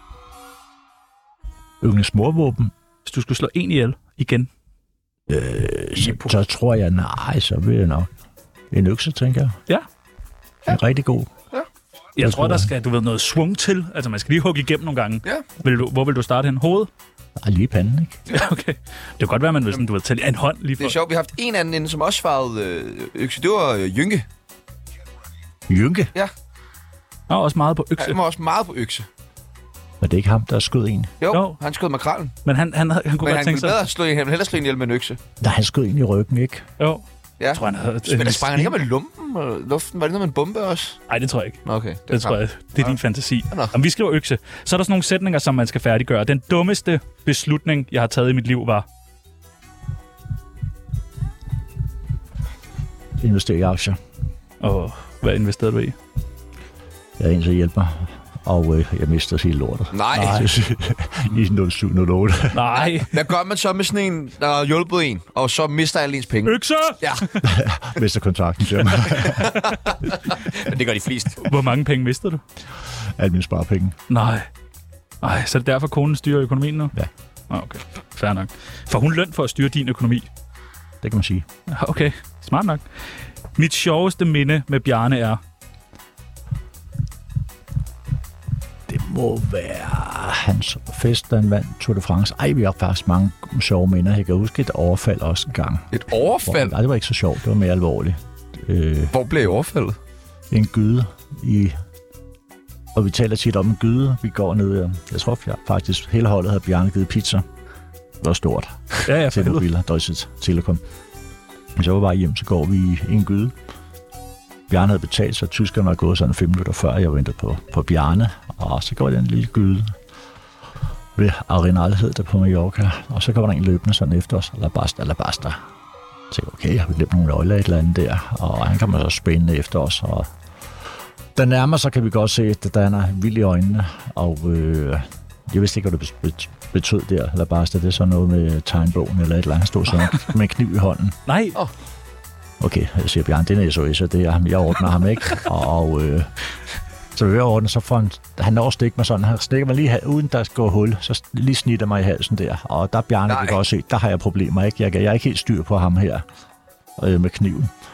Yndlingsmorvåben? Hvis du skulle slå en ihjel igen? Så tror jeg, så vil jeg nok. En økse, tænker jeg. Ja. En rigtig god. Ja. Jeg tror, der skal noget svung til. Altså, man skal lige hugge igennem nogle gange. Ja. Hvor vil du starte hen? Hovedet? Nej, lige panden, ikke? Ja, okay. Det kan godt være, man vil sådan, tage en hånd lige for. Det er sjovt, vi har haft en anden inde, som også farvede økse. Det var Jynke. Jynke? Ja. Og også meget på økse. Han var også meget på økse. Var det ikke ham, der skød en? Jo. Han skød makrallen. Men han kunne godt tænke sig... Men han ville hellere slå en ihjel med en økse. Nej, han skød en i ryggen, ikke? Jo. Ja. Jeg tror, han havde... Men der sprang han ikke med luften? Var det noget med en bombe også? Nej, det tror jeg ikke. Okay. Det tror jeg. Det er din fantasi. Om vi skriver økse, så er der sådan nogle sætninger, som man skal færdiggøre. Den dummeste beslutning, jeg har taget i mit liv, var... Investere i aktier. Og hvad investerede du i? Jeg er en, der hjælper, og jeg mister hele lortet. Nej. I 0708. Nej. Hvad gør man så med sådan en, der har hjulpet en, og så mister alle ens penge? Økse! Ja. Mister kontakten til mig. Men det gør de fleste. Hvor mange penge mistede du? Alle mine sparepenge. Nej. Ej, så er det derfor, konen styrer økonomien nu? Ja. Okay, fair nok. Får hun løn for at styre din økonomi? Det kan man sige. Okay, smart nok. Mit sjoveste minde med Bjarne er... Det må være hans fest, da han vandt Tour de France. Vi har faktisk mange sjove minder. Jeg kan huske et overfald også en gang. Et overfald? Nej, det var ikke så sjovt. Det var mere alvorligt. Hvor blev I overfaldet? En gyde i... Og vi taler tit om en gyde. Vi går ned... Jeg tror faktisk, hele holdet havde Bjarne givet pizza. Det var stort. Ja, til mobiler. Deutsche Telekom. Men så var bare hjem, så går vi i en gyde. Bjarne havde betalt, så tyskerne var gået sådan 5 minutter før, jeg ventede på Bjarne. Og så går den lille gyde ved Arenal, hed det på Mallorca. Og så kommer der en løbende sådan efter os. Alabasta. Så okay, jeg har glemt nogle nøgler et eller andet der. Og han kommer så spændende efter os. Og der nærmer så kan vi godt se, at der er vild i øjnene. Og jeg vidste ikke, hvad det betød der. Alabasta, det er sådan noget med tegnbogen eller et eller andet. Stod sådan med en kniv i hånden. Nej. Okay, jeg siger, Bjarne, det er SOS, det er ham. Jeg ordner ham ikke. Og så vi vil ordne, så får han når at stikke mig sådan. Han stikker mig lige uden der går hul, så lige snitter mig i halsen der. Og der Bjarne, vi kan også se, der har jeg problemer, ikke? Jeg er ikke helt styr på ham her med kniven.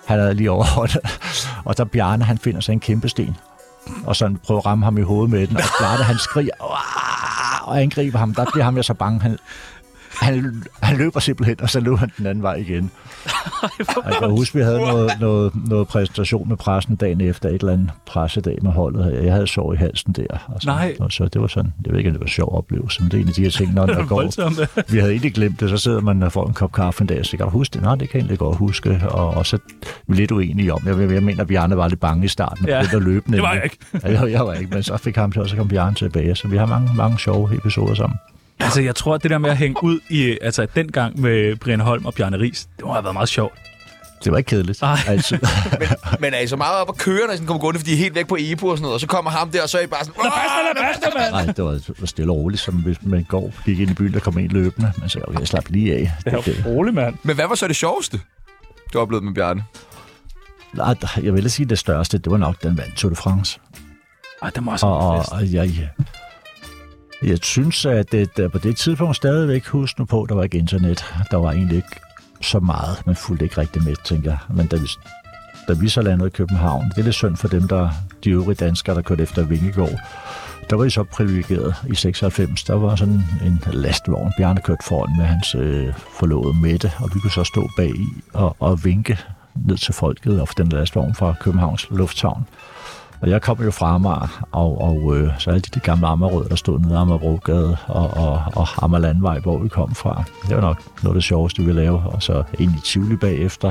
Han er lige overhåndet. Og der Bjarne, han finder sig en kæmpe sten. Og så prøver at ramme ham i hovedet med den. Og Bjarne, han skriger og angriber ham. Der bliver ham jo så bange. Han løber simpelthen, og så løber han den anden vej igen. Jeg kan huske, vi havde noget præsentation med pressen dagen efter et eller andet pressedag med holdet. Jeg havde sår i halsen der. Og så det var sådan, jeg ved ikke, om det var en sjov oplevelse, men det er en af de her ting, når der går. Vi havde egentlig glemt det, så sidder man og får en kop kaffe en dag, og så kan du huske det? Nej, det kan jeg egentlig godt huske. Og så er vi lidt uenige om. Jeg mener, at Bjarne var lidt bange i starten. Ja, det var jeg ikke. Jeg var ikke, men så fik ham til, og så kom Bjarne tilbage. Så vi har mange sjove episoder sammen. Altså, jeg tror, at det der med at hænge ud i, altså den gang med Brian Holm og Bjarne Riis, det må have været meget sjovt. Det var ikke kedeligt. Altid. men er I så meget op at køre, når I sådan kommer gående, fordi I er helt væk på EPO og sådan noget, og så kommer ham der, og så er I bare sådan... mand! Nej, det var stille og roligt, som hvis man gik ind i byen, der kom en løbende. Men så jeg slap lige af. Det var roligt, mand. Men hvad var så det sjoveste, du oplevede med Bjarne? Nej, jeg vil sige, det største, det var nok den vandt Tour de France. Det må også være jeg synes, at det på det tidspunkt stadigvæk, husk nu på, der var ikke internet. Der var egentlig ikke så meget, man fulgte ikke rigtig med, tænker jeg. Men da vi så landede i København, det er lidt synd for dem, de øvrige danskere, der kørte efter Vingegaard. Der var de så privilegeret i 96. Der var sådan en lastvogn. Bjarne kørte foran med hans forlovede Mette, og vi kunne så stå bag i og vinke ned til folket og den lastvogn fra Københavns Lufthavn. Og jeg kom jo fra Amager, og så alle de gamle Amagerrød, der stod nede ad Amagerbrogade og Amagerlandvej, hvor vi kom fra. Det var nok noget af det sjoveste, vi ville lave. Og så ind i Tivoli bagefter,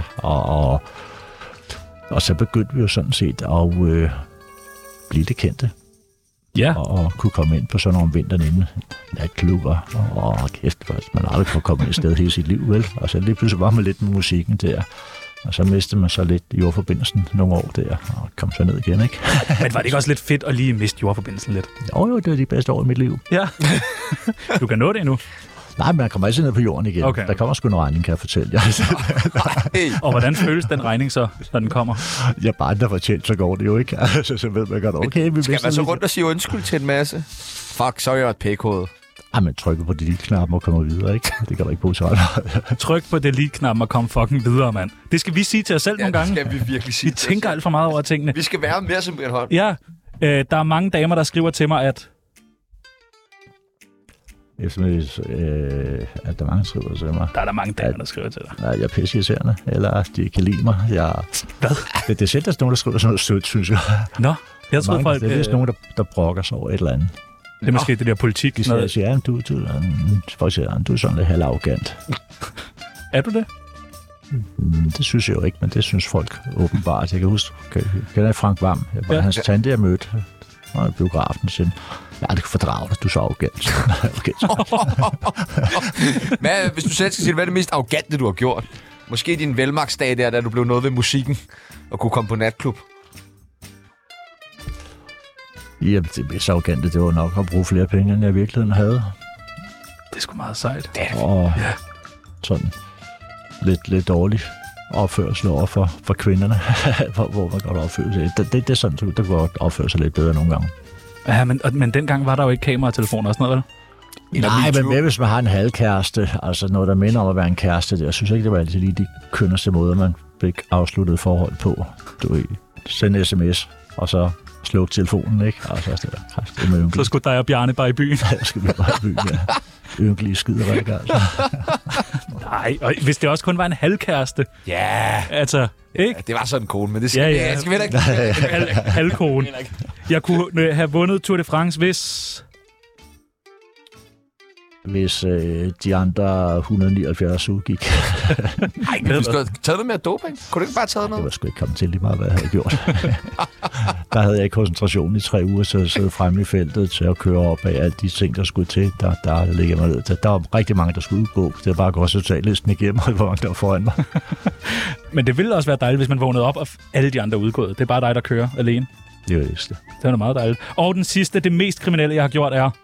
og så begyndte vi jo sådan set at blive det kendte. Ja. Og kunne komme ind på sådan nogle vinteren inden natklubber. Og kæft, man aldrig kunne komme et sted hele sit liv, vel? Og så lige pludselig var man lidt med musikken der. Og så mistede man så lidt jordforbindelsen nogle år der, og kom så ned igen, ikke? Men var det ikke også lidt fedt at lige miste jordforbindelsen lidt? Jo, det var de bedste år i mit liv. Ja. Du kan nå det endnu. Nej, men man kommer altid ned på jorden igen. Okay. Der kommer sgu en regning, kan jeg fortælle jer. Og hvordan føles den regning så, når den kommer? Ja, bare der fortjent, så går det jo ikke. Så ved man godt, okay, vi skal man så rundt og sige undskyld til en masse? Fuck, så er jeg et pækhoved. Man trykker på delete-knappen og kommer videre, ikke? Det kan du ikke bruge så meget. Tryk på delete-knappen og kom fucking videre, mand. Det skal vi sige til os selv nogle gange. Det skal vi virkelig sige. Vi tænker alt for meget over tingene. Vi skal være mere som Brian Holm. Ja, der er mange damer, der skriver til mig, at... at der er mange, der skriver til mig. Der er mange damer, der skriver til dig. Nej, jeg er pisseirriterende, eller de kan lide mig. Hvad? Det er selv, der er nogen, der skriver sådan noget sødt, synes jeg. Nå, jeg tror folk... Det er vist nogen, der brokker sig over et eller andet. Det er måske det der politik. De siger, ja, du er sådan lidt halvarrogant. Er du det? Det synes jeg jo ikke, men det synes folk åbenbart. Jeg kan huske, kender jeg Frank Hvam? Hans tante, jeg mødte i biografen, siger, ja, det kan fordrage dig, du er så arrogant. Hvis du selv skal sige, hvad er det mest arrogante, du har gjort? Måske din velmagtsdag der, da du blev noget ved musikken og kunne komme på natklub? Ja, det mest arrogante, det var nok at bruge flere penge, end jeg i virkeligheden havde. Det er sgu meget sejt. Og sådan lidt dårlig opførsel over for kvinderne, hvor man godt opføre sig. Det er sådan, der kunne godt opføre sig lidt bedre nogle gange. Ja, men dengang var der jo ikke kamera og telefoner og sådan noget, vel? Nej, men hvis man har en halvkæreste, altså noget, der minder om at være en kæreste, jeg synes ikke, det var altid lige de kønneste måder, man fik afsluttet forhold på. Du sende sms, og så sluk telefonen, ikke? Altså, så skulle dig og Bjarne bare i byen. Ja, jeg skulle bare i byen, ja. Ynkelige skiderik, altså. Nej, og hvis det også kun var en halvkæreste. Ja. Altså, ikke? Ja, det var sådan en kone, men det skal, ja. Skal vi da ikke. Halvkone. Jeg kunne have vundet Tour de France, hvis de andre 179 udgik. Nej, men du skulle have taget noget mere doping. Kunne du ikke bare taget noget? Det var sgu ikke kommet til lige meget, hvad jeg havde gjort. Der havde jeg ikke koncentrationen i 3 uger, så jeg sad fremme i feltet til at køre op af alle de ting, der skulle til. Der ligger mig ned. Der var rigtig mange, der skulle udgå. Det var bare at gå resultatlisten igennem, og hvor mange der var foran mig. Men det ville også være dejligt, hvis man vågnede op, og alle de andre er udgået. Det er bare dig, der kører alene. Det var det. Det var meget dejligt. Og den sidste, det mest kriminelle, jeg har gjort, er...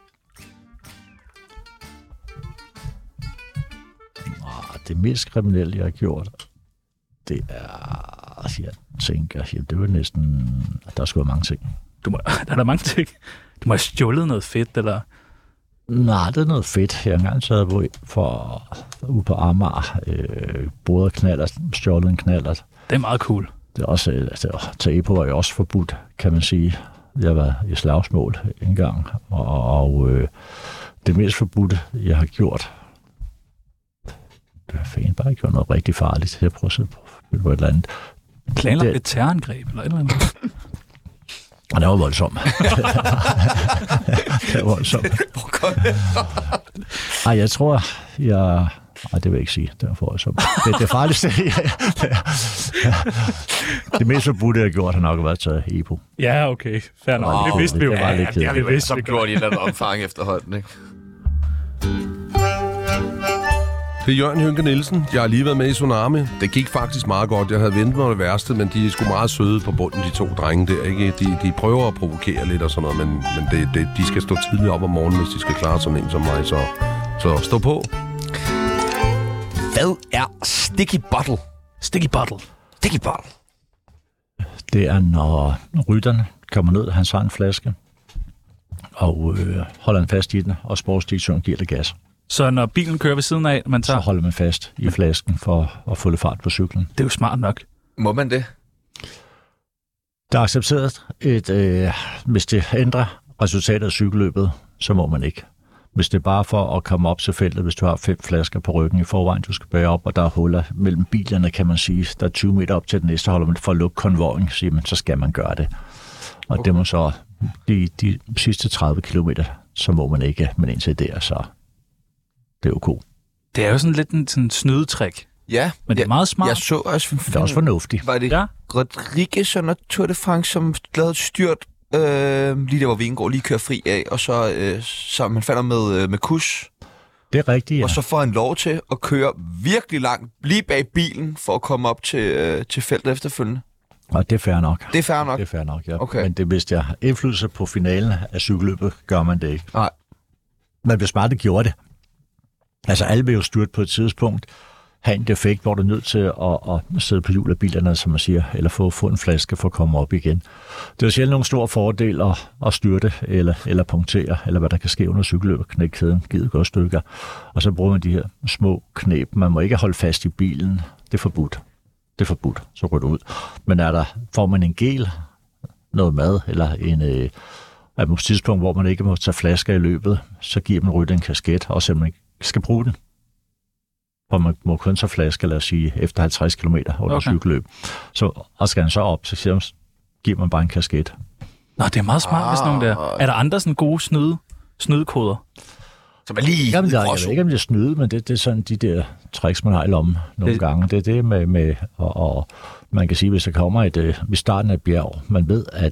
Det mest kriminelle, jeg har gjort, det er, jeg tænker, det var næsten, der skulle være mange ting. Der er mange ting. Du må have stjålet noget fedt, eller? Nej, det er noget fedt. Jeg har engang taget ude på Amager, både knallert, stjålet en knallert, Det er meget cool. Det er også, EPO er jo også forbudt, kan man sige. Jeg har været i slagsmål en gang, og det mest forbudte, jeg har gjort, det har fanden bare gjort noget rigtig farligt. Jeg prøver at se på et eller andet. Planlagt et terrorangreb eller et eller andet? Og det var voldsomt. Det var voldsomt. Ej, jeg tror, det vil jeg ikke sige. Det var voldsomt. Det farligste. Det mest forbudte, jeg har gjort, har nok været taget EPO. Ja, okay. Fair nok. Det vidste vi jo bare lidt. Det har vi jo så gjort i et eller andet omfang efterhånden, ikke? Det er Jørgen Hynke Nielsen. Jeg har lige været med i Tsunami. Det gik faktisk meget godt. Jeg havde ventet mig det værste, men de er sgu meget søde på bunden, de 2 drenge der. Ikke? De prøver at provokere lidt og sådan noget, men de skal stå tidligt op om morgenen, hvis de skal klare sådan en som mig. Så stå på. Hvad er sticky bottle? Sticky bottle. Sticky bottle. Det er, når rytterne kommer ned, han tager en flaske, og holder den fast i den, og sportsdirektionen giver det gas. Så når bilen kører ved siden af, så holder man fast i flasken for at få lidt fart på cyklen. Det er jo smart nok. Må man det? Der er accepteret, hvis det ændrer resultatet af cykelløbet, så må man ikke. Hvis det er bare for at komme op til feltet, hvis du har 5 flasker på ryggen i forvejen, du skal bære op, og der er huller mellem bilerne, kan man sige. Der er 20 meter op til den næste, holder man for at lukke konvojen, så skal man gøre det. Og det må så de sidste 30 kilometer, så må man ikke, men indtil der, så det er jo cool. Det er jo sådan lidt en snydetrik. Ja. Men det er meget smart. Jeg så også... Det er også fornuftigt. Var det Rodriguez under Tour de France, som lavede et styrt lige der, hvor Vingegaard lige kører fri af, og så man falder med kus. Det er rigtigt, ja. Og så får han lov til at køre virkelig langt, lige bag bilen, for at komme op til feltet efterfølgende. Og det er fair nok. Det er fair nok? Det er fair nok, ja. Okay. Men det, hvis jeg har indflydelse på finalen af cykelløbet, gør man det ikke. Nej. Men hvis bare det gjorde det. Altså, alle vil jo styrt på et tidspunkt, have en defekt, hvor du er nødt til at sidde på hjul af bilerne, som man siger, eller få en flaske for at komme op igen. Det er sjældent nogen stor fordel at styrte, eller punktere, eller hvad der kan ske under cykelløbet, knække kæden, givet godt stykker. Og så bruger man de her små knæb. Man må ikke holde fast i bilen. Det er forbudt. Det er forbudt. Så går du ud. Men får man en gel, noget mad, eller på et tidspunkt, hvor man ikke må tage flasker i løbet, så giver man rytter en kasket, og så man ikke skal bruge den. For man må kun tage flasker, lad os sige, efter 50 km under cykelløb. Og skal han så op, så giver man bare en kasket. Nå, det er meget smart, hvis nogen der. Er der andre sådan gode snydekoder? Så man lige... Jeg ved ikke, om det er snyde, men det er sådan de der tricks, man har i lommen nogle gange. Det er det med og man kan sige, hvis der kommer ved starten af et bjerg, man ved, at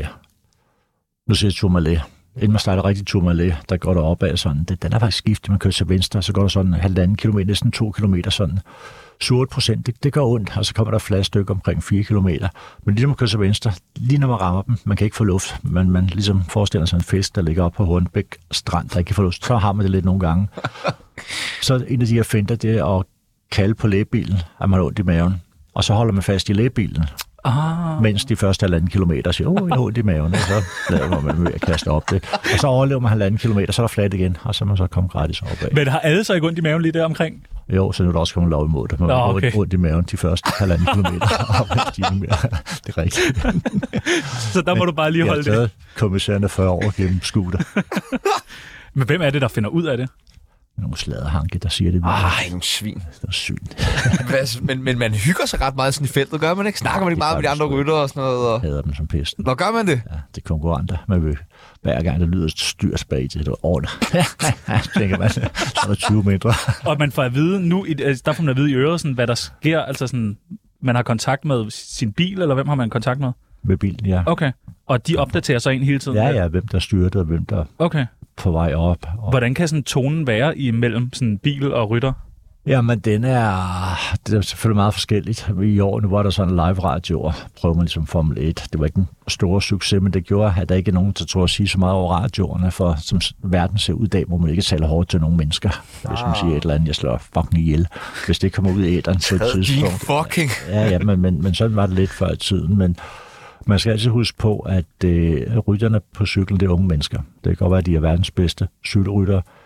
nu siger Tourmalet, inden man starter rigtig Tourmalet, der går der opad sådan, den er faktisk skiftet, man kører til venstre, så går der sådan 1,5 kilometer, næsten 2 kilometer sådan. 7-8%, det gør ondt, og så kommer der flere stykker omkring 4 kilometer. Men lige når man kører til venstre, lige når man rammer dem, man kan ikke få luft, men man ligesom forestiller sig en fisk, der ligger op på Hornbæk Strand, der ikke kan få luft, så har man det lidt nogle gange. Så en af de her finter, det er at kalde på lægebilen, at man har ondt i maven, og så holder man fast i lægebilen. Mens de første 1,5 kilometer siger, jeg har ondt i maven, og så lader man med at kaste op det. Og så overlever man 1,5 kilometer, så er der fladt igen, og så er man så kommet gratis opad. Men har alle så ikke ondt i maven lige der omkring? Jo, så nu er der også kommet lov imod det. Man har ondt i maven de første 1,5 kilometer. Det er rigtigt. Så der må du bare lige holde det. Jeg har taget kommissærerne 40 år gennem scooter. Men hvem er det, der finder ud af det? Nogle sladerhanke, der siger det. En svin. Det er synd. men man hygger sig ret meget sådan i feltet, gør man ikke? Snakker man ikke meget med de andre rytter og sådan noget? Og... Hader dem som pesten. Nå, gør man det? Ja, det er konkurrenter. Man vil, hver gang der lyder styrt bag til det år, tænker man, så er der 20 meter. Og man får at vide nu, der får man at vide i øret, sådan, hvad der sker, altså sådan, man har kontakt med sin bil, eller hvem har man kontakt med? Med bilen, ja. Okay. Og de opdaterer sig ind hele tiden? Ja, hvem der styrte, og hvem der på vej op. Hvordan kan sådan tonen være imellem sådan bil og rytter? Jamen, det er selvfølgelig meget forskelligt. I år, nu var der sådan en live-radio, prøver man ligesom Formel 1. Det var ikke en stor succes, men det gjorde, at der ikke er nogen, der tror at sige så meget over radioerne, for som verden ser ud i dag, må man ikke tale hårdt til nogle mennesker. Hvis man siger et eller andet, jeg slår fucking ihjel. Hvis det kommer ud i æteren til et tidspunkt. Fucking. Ja, men sådan var det lidt før i tiden, men man skal altid huske på, at rytterne på cyklen, det er unge mennesker. Det kan godt være, at de er verdens bedste cykelryttere,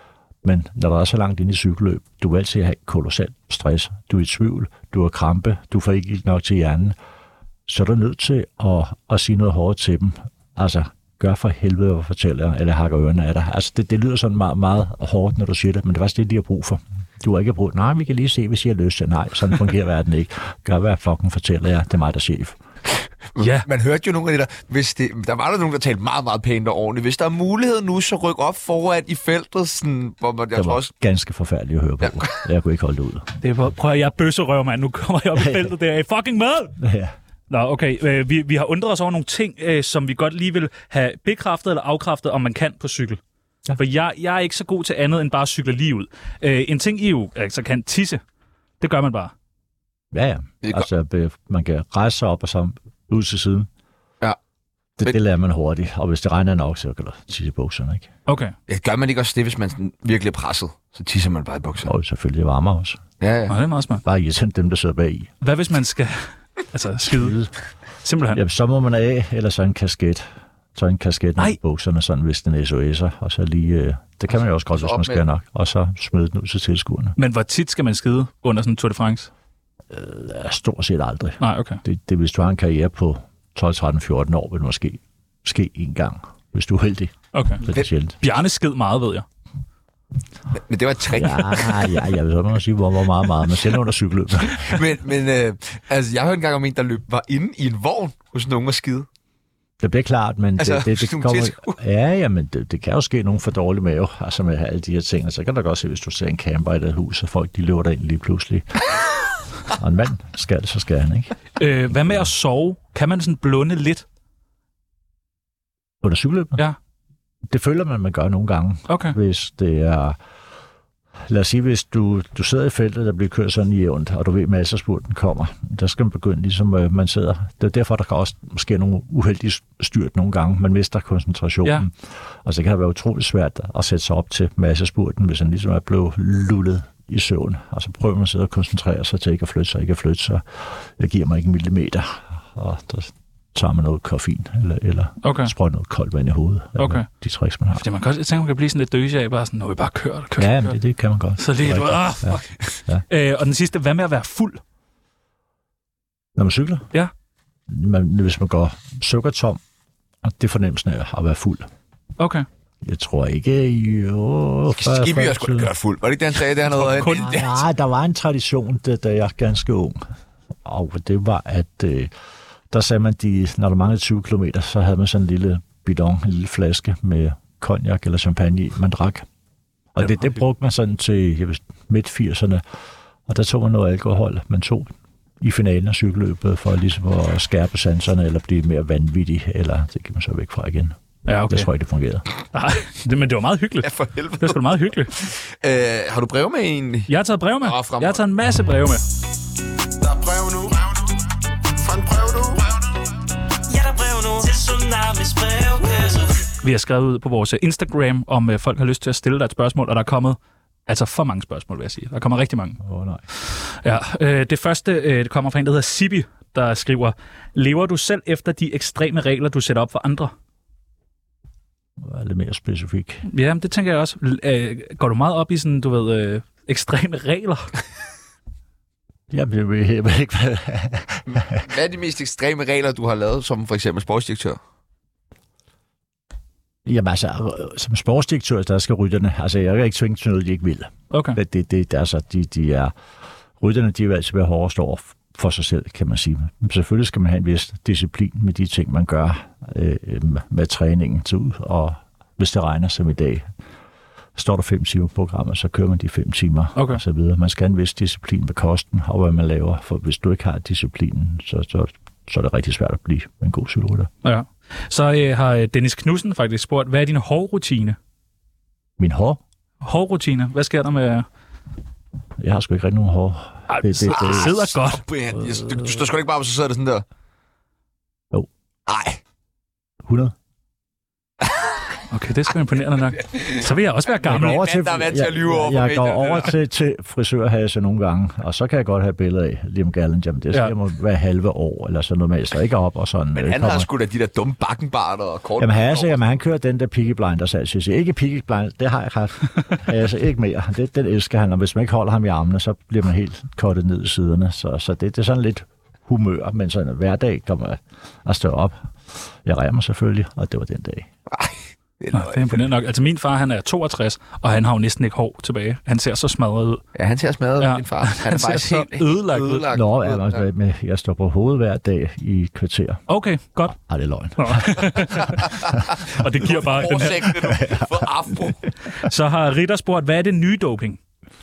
Men når der er så langt inde i cykelløb, du vil altid have kolossal stress. Du er i tvivl, du har krampe, du får ikke nok til hjernen. Så er du nødt til at sige noget hårdt til dem. Altså, gør for helvede, hvad fortæller jeg, eller hakker ørerne af dig. Altså, det lyder sådan meget, meget hårdt, når du siger det, men det var det, de har brug for. Du har ikke brug. Nej, vi kan lige se, hvis I har lyst til. Nej, sådan fungerer verden ikke. Gør, hvad fucking fortæller jeg. Det er mig, der er chef. Ja. Man hørte jo nogle af det der, der var der nogen, der talte meget, meget pænt og ordentligt. Hvis der er mulighed nu, så ryk op foran i feltet, sådan, hvor man, det var også ganske forfærdeligt at høre på. Ja. Jeg kunne ikke holde det ud. Det var, prøv at jeg er bøsserøv, mand. Nu kommer jeg op i feltet der. Er I fucking med? Ja. Nå, okay. Vi har undret os over nogle ting, som vi godt lige vil have bekræftet eller afkræftet, om man kan på cykel. Ja. For jeg er ikke så god til andet, end bare at cykle lige ud. En ting, I jo altså kan tisse. Det gør man bare. Ja. Altså, man kan rejse sig op og så ud til siden. Ja. Det lærer man hurtigt. Og hvis det regner nok, så kan du tisse i bukserne, ikke? Okay. Ja, gør man ikke også det, hvis man virkelig er presset? Så tisser man bare i bukserne. Og selvfølgelig varmer også. Ja. Og det er meget smart. Bare irritant dem, der sidder bag i. Hvad hvis man skal skide? Simpelthen. Jamen, så må man af, eller så en kasket. Så en kasket med bukserne, sådan hvis den er SOS'er. Og så lige... det kan man jo også godt, hvis man skal nok. Og så smide den ud til tilskuerne. Men hvor tit skal man skide under sådan en Tour de France? Stort set aldrig. Nej, okay. Det hvis du har en karriere på 12, 13, 14 år, vil det måske ske en gang, hvis du er heldig. Okay. Så det er sjældent. Bjarne sked meget, ved jeg. Men det var et trick. Ja, jeg vil sådan sige, hvor meget. Men selv under cykelløbet. men altså, jeg hørte engang om en, der var inde i en vogn hos nogen og skide. Det bliver klart, men altså, det kommer... Men det kan jo ske nogen for dårlig mave, altså med alle de her ting. Så kan du godt se, hvis du ser en camper i et hus, og folk de løber der ind lige pludselig. Og en mand skal, så skal han, ikke? Hvad med at sove? Kan man sådan blunde lidt? Under cykelløbet? Ja. Det føler man gør nogle gange. Okay. Hvis det er... Lad os sige, hvis du sidder i feltet, der bliver kørt sådan jævnt, og du ved, at masserspurten kommer, der skal man begynde, ligesom man sidder. Det er derfor, der kan også ske nogle uheldige styrt nogle gange. Man mister koncentrationen. Ja. Og så kan det være utroligt svært at sætte sig op til masserspurten, hvis han ligesom er blevet lullet i søvn. Og så prøver man at sidde og koncentrere sig til ikke at flytte sig, Jeg giver mig ikke en millimeter. Og der tager man noget koffein, eller sprøjter noget koldt vand i hovedet. Okay. De tricks, man har. Fordi man kan også tænke, man kan blive sådan lidt døse af, bare sådan, vi bare kører. Ja, det kan man godt. Så lige, fuck. Ja. Og den sidste, hvad med at være fuld? Når man cykler? Ja. Hvis man går sukkertom, og det fornemmelsen af at være fuld. Okay. Jeg tror ikke, Skibby har sgu da kørt fuld. Var det ikke, den sagde, det noget? Nej, der var en tradition, da jeg var ganske ung. Og det var, at der sagde man, når der manglede 20 kilometer, så havde man sådan en lille bidon, en lille flaske med cognac eller champagne, man drak. Og det brugte man sådan til midt-80'erne. Og der tog man noget alkohol, man tog i finalen af cykelløbet, for ligesom at skærpe sanserne, eller blive mere vanvittig, eller det kan man så væk fra igen. Ja, okay. Jeg tror ikke, det fungerede. Nej, men det var meget hyggeligt. Ja, for helvede. Det var sgu meget hyggeligt. Har du brev med egentlig? Jeg har taget brev med. Jeg har taget en masse brev med. Der er brev nu. Fra en brev nu. Ja, der er brev nu. Til Tsunamis brevkasse. Vi har skrevet ud på vores Instagram, om folk har lyst til at stille dig et spørgsmål, og der er kommet for mange spørgsmål, vil jeg sige. Der kommer rigtig mange. Nej. Ja, det første det kommer fra en, der hedder Sibi, der skriver, lever du selv efter de ekstreme regler, du sætter op for andre? Det er lidt mere specifik. Ja, det tænker jeg også. Går du meget op i sådan, du ved, ekstreme regler? Jeg ved ikke, hvad... Hvad er de mest ekstreme regler, du har lavet, som for eksempel sportsdirektør? Jamen altså, som sportsdirektør, der skal rytterne... Altså, jeg kan ikke tvinge til noget, de ikke vil. Okay. Rytterne, de vil altid være hårdest over for sig selv, kan man sige. Men selvfølgelig skal man have en vis disciplin med de ting, man gør med træningen til ud. Og hvis det regner som i dag, står der 5 timer på programmet, så kører man de 5 timer og så videre. Man skal have en vis disciplin med kosten og hvad man laver, for hvis du ikke har disciplinen, så er det rigtig svært at blive en god cykelrytter. Ja. Så har Dennis Knudsen faktisk spurgt, hvad er din hårrutine? Min hårrutine? Hvad sker der med... Jeg har sgu ikke rigtig nogen hår. Det sidder godt. Du står sgu ikke bare på, så sidder det sådan der. Jo. Nej. 100. Okay, det er sgu imponerende nok. Så vil jeg også være gammel. Jeg går over til frisørhase nogle gange, og så kan jeg godt have billeder af Liam Gallen. Jamen, det skal må være halve år, eller sådan noget med, så ikke op og sådan. Men han har sgu da de der dumme bakkenbarter og kort. Jamen, han kører den der Peaky Blinders, altså. Jeg siger, ikke Peaky Blinders, det har jeg haft. Altså, ikke mere. Den elsker han, og hvis man ikke holder ham i armene, så bliver man helt kortet ned i siderne. Så det er sådan lidt humør, men sådan en hverdag kommer at stå op. Jeg rærer mig selvfølgelig, og det var den dag. Det er imponerende nok. Altså min far, han er 62, og han har jo næsten ikke hår tilbage. Han ser så smadret ud. Ja, han ser smadret ud, min far. Han ser så ødelagt ud. Nå, jeg står på hovedet hver dag i et kvarter. Okay, godt. Det er løgn. Og det giver bare den her... Så har Ritter spurgt, hvad er det nye doping?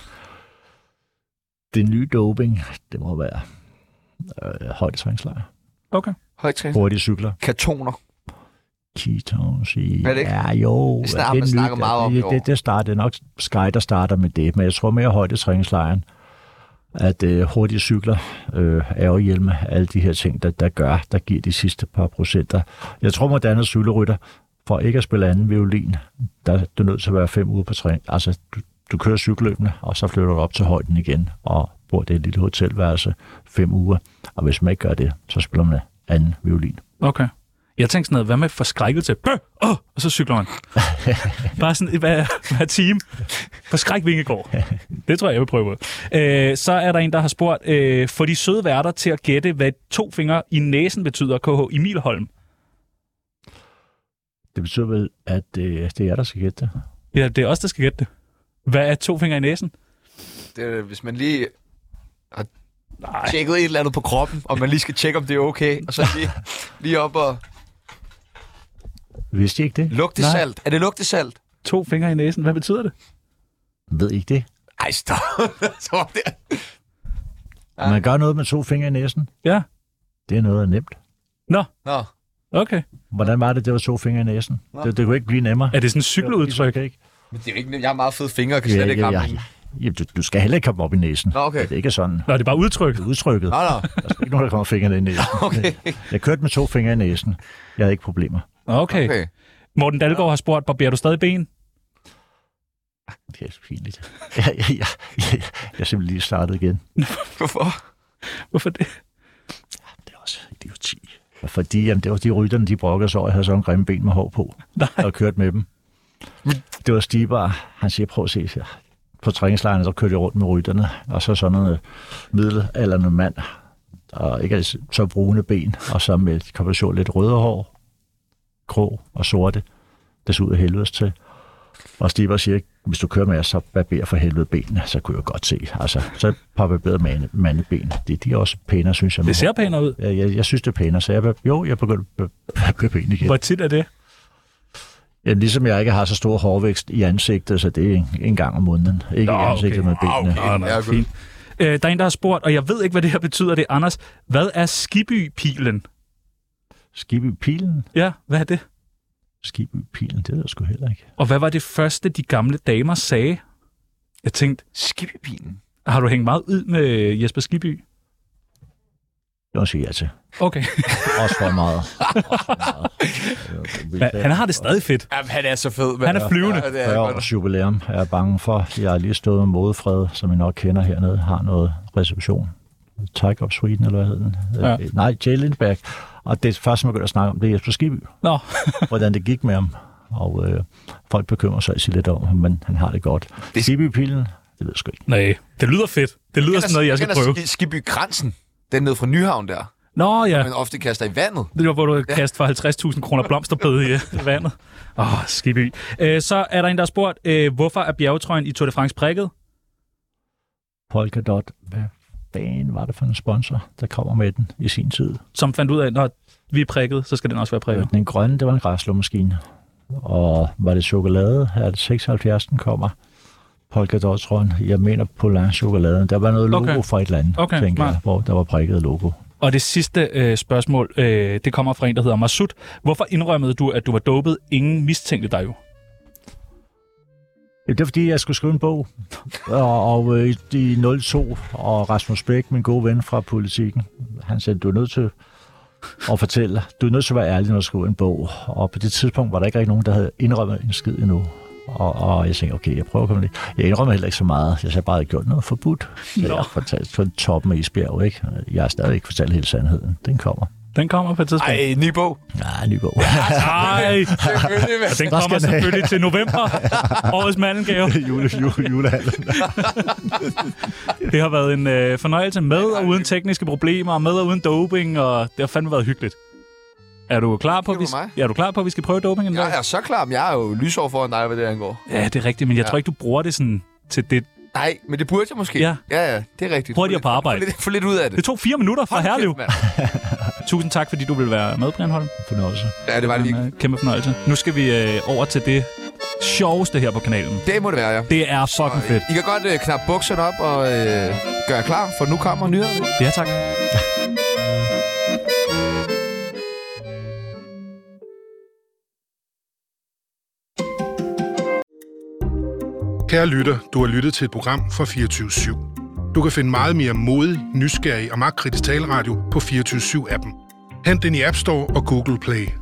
Det nye doping, det må være højdetræningslejr. Okay. Hurtige cykler. Ketoner. Ketones i... Er det ikke? Ja, jo. Det snakker meget om det starter nok Sky, der starter med det, men jeg tror mere højdetræningslejren, at hurtige cykler, ærgehjelme, alle de her ting, der giver de sidste par procenter. Jeg tror, moderne cykelrytter, for ikke at spille anden violin, der er du nødt til at være 5 uger på træning. Altså, du kører cykelløbende, og så flytter du op til højden igen, og bor det et lille hotelværelse 5 uger. Og hvis man ikke gør det, så spiller man anden violin. Okay. Jeg tænkte sådan noget, hvad med forskrækkelse? Og så cykler man. Bare sådan hver time. Forskræk Vingegaard. Det tror jeg vil prøve. Så er der en, der har spurgt, få de søde værter til at gætte, hvad 2 fingre i næsen betyder, KH Emil Holm. Det betyder vel, at det er der skal gætte det. Ja, det er os, der skal gætte det. Hvad er 2 fingre i næsen? Det er, hvis man lige har tjekket et eller andet på kroppen, og man lige skal tjekke, om det er okay, og så lige op og... Vidste I ikke det? Lugtesalt. Er det lugtesalt? 2 fingre i næsen, hvad betyder det? Ved I ikke det? Ej, stop. Man gør noget med 2 fingre i næsen? Ja. Det er noget nemt. Nå. Okay. Hvordan var det var 2 fingre i næsen? Det kunne ikke blive nemmere. Er det sådan en cykeludtryk? Men det er jo ikke... Jeg har meget fede fingre, og kan slet ikke ramme du skal heller ikke komme op i næsen. Nå, okay. Det er ikke sådan. Nå, det er bare udtrykket. Udtrykket. Nå. Der er ikke nogen, der kommer fingrene i næsen. Okay. Jeg kørte med 2 fingre i næsen. Jeg havde ikke problemer. Okay. Morten Dalgaard har spurgt, barberer du stadig ben? Det er pinligt. Jeg simpelthen lige startet igen. Hvorfor det? Det er også idioti. Fordi det var de rytterne, de brokker sig over, at jeg havde sådan en grimme ben med hår på. Og kørt med dem. Det var Stibar. Han siger, prøv at se. På træningslejrene, så kørte jeg rundt med rytterne. Og så sådan en middelaldrende mand. Og ikke så brune ben. Og så med kombination lidt røde hår. Grå og sorte. Det så ud af helvedes til. Og Stibar siger, hvis du kører med os, så barberer for helvede benene. Så kunne jeg godt se. Altså, så par barberet mandeben. De er også pænere, synes jeg. Det ser pænere ud. Jeg synes, det er pænere. Så jeg begyndte at barbere ben igen. Hvor tit er det? Ja, ligesom jeg ikke har så stor hårvækst i ansigtet, så det er en gang om måneden. Ikke i ansigtet med benene. Okay. Der er en, der har spurgt, og jeg ved ikke, hvad det her betyder. Det er Anders. Hvad er Skibby-pilen? Skibby-pilen? Ja, hvad er det? Skibby-pilen, det ved jeg sgu heller ikke. Og hvad var det første, de gamle damer sagde? Jeg tænkte, Skibby-pilen? Har du hængt meget ud med Jesper Skibby? Det siger jeg til. Okay. Også for meget. Han har det stadig fedt. Jamen, han er så fed. Han er flyvende. 40 års jubilæum er jeg bange for. Jeg har lige stået med Modefred, som I nok kender hernede, har noget reception. Tiger of Sweden, eller hvad hedder den? Ja. Nej, Jay Lindberg. Og det første, man begynder at snakke om, det er Jesper Skibby. Nå. Hvordan det gik med ham. Og folk bekymrer sig lidt om ham, men han har det godt. Skibby-pilen, det ved jeg sgu ikke. Nej, det lyder fedt. Det lyder sådan noget, jeg skal prøve. Skibby-kransen. Den nede fra Nyhavn der. Nå ja. Man ofte kaster i vandet. Det var, hvor du kaster for 50.000 kroner blomsterbed i vandet. Skibby. Så er der en, der har spurgt, hvorfor er bjergetrøjen i Tour de France prikket? Polkadot. Hvad fanden var det for en sponsor, der kommer med den i sin tid? Som fandt ud af, at når vi er prikket, så skal den også være prikket. Den grønne, det var en græsslåmaskine. Og var det chokolade? Er det 76, den kommer? Polkadot-trøjen. Jeg mener Polar-chokoladen. Der var noget logo fra et eller andet, tænker jeg, hvor der var prikket logo. Og det sidste spørgsmål, det kommer fra en, der hedder Masud. Hvorfor indrømmede du, at du var dopet? Ingen mistænkte dig jo. Det er fordi, jeg skulle skrive en bog. Og i 02, og Rasmus Bæk, min gode ven fra Politikken, han sagde, du er nødt til og fortælle, du er nødt til at være ærlig, når du skriver en bog. Og på det tidspunkt var der ikke rigtig nogen, der havde indrømmet en skid endnu. Og jeg tænkte, okay, jeg prøver at komme lidt. Jeg indrømmer heller ikke så meget. Jeg har bare gjort noget forbudt. Så jeg har fortalt på toppen af isbjerg, ikke? Jeg har stadig ikke fortalt hele sandheden. Den kommer. Den kommer på et tidspunkt. Ej, ny bog. Ja, ny bog. Ej, den kommer selvfølgelig til november. Årets mandengave. Julehandlen. Det har været en fornøjelse med og uden tekniske problemer, med og uden doping, og det har fandme været hyggeligt. Er du klar på, at vi skal prøve doping en dag? Jeg er så klar, men jeg er jo lysår foran dig, hvad det angår. Ja, det er rigtigt, men jeg tror ikke, du bruger det sådan til det. Nej, men det burde jeg måske. Ja, det er rigtigt. Hurtigere på arbejde. Få lidt ud af det. Det tog 4 minutter fra Herlev. Tusind tak, fordi du ville være med, Brian Holm. Fornøjelse. Ja, det var det lige. Kæmpe fornøjelse. Nu skal vi over til det sjoveste her på kanalen. Det må det være, ja. Det er fucking fedt. I kan godt knappe bukserne op og gøre klar, for nu kommer nyhederne. Ja, tak. Kære lytter, du har lyttet til et program fra 24/7. Du kan finde meget mere modig, nysgerrig og magtkritisk taleradio på 24/7-appen. Hent den i App Store og Google Play.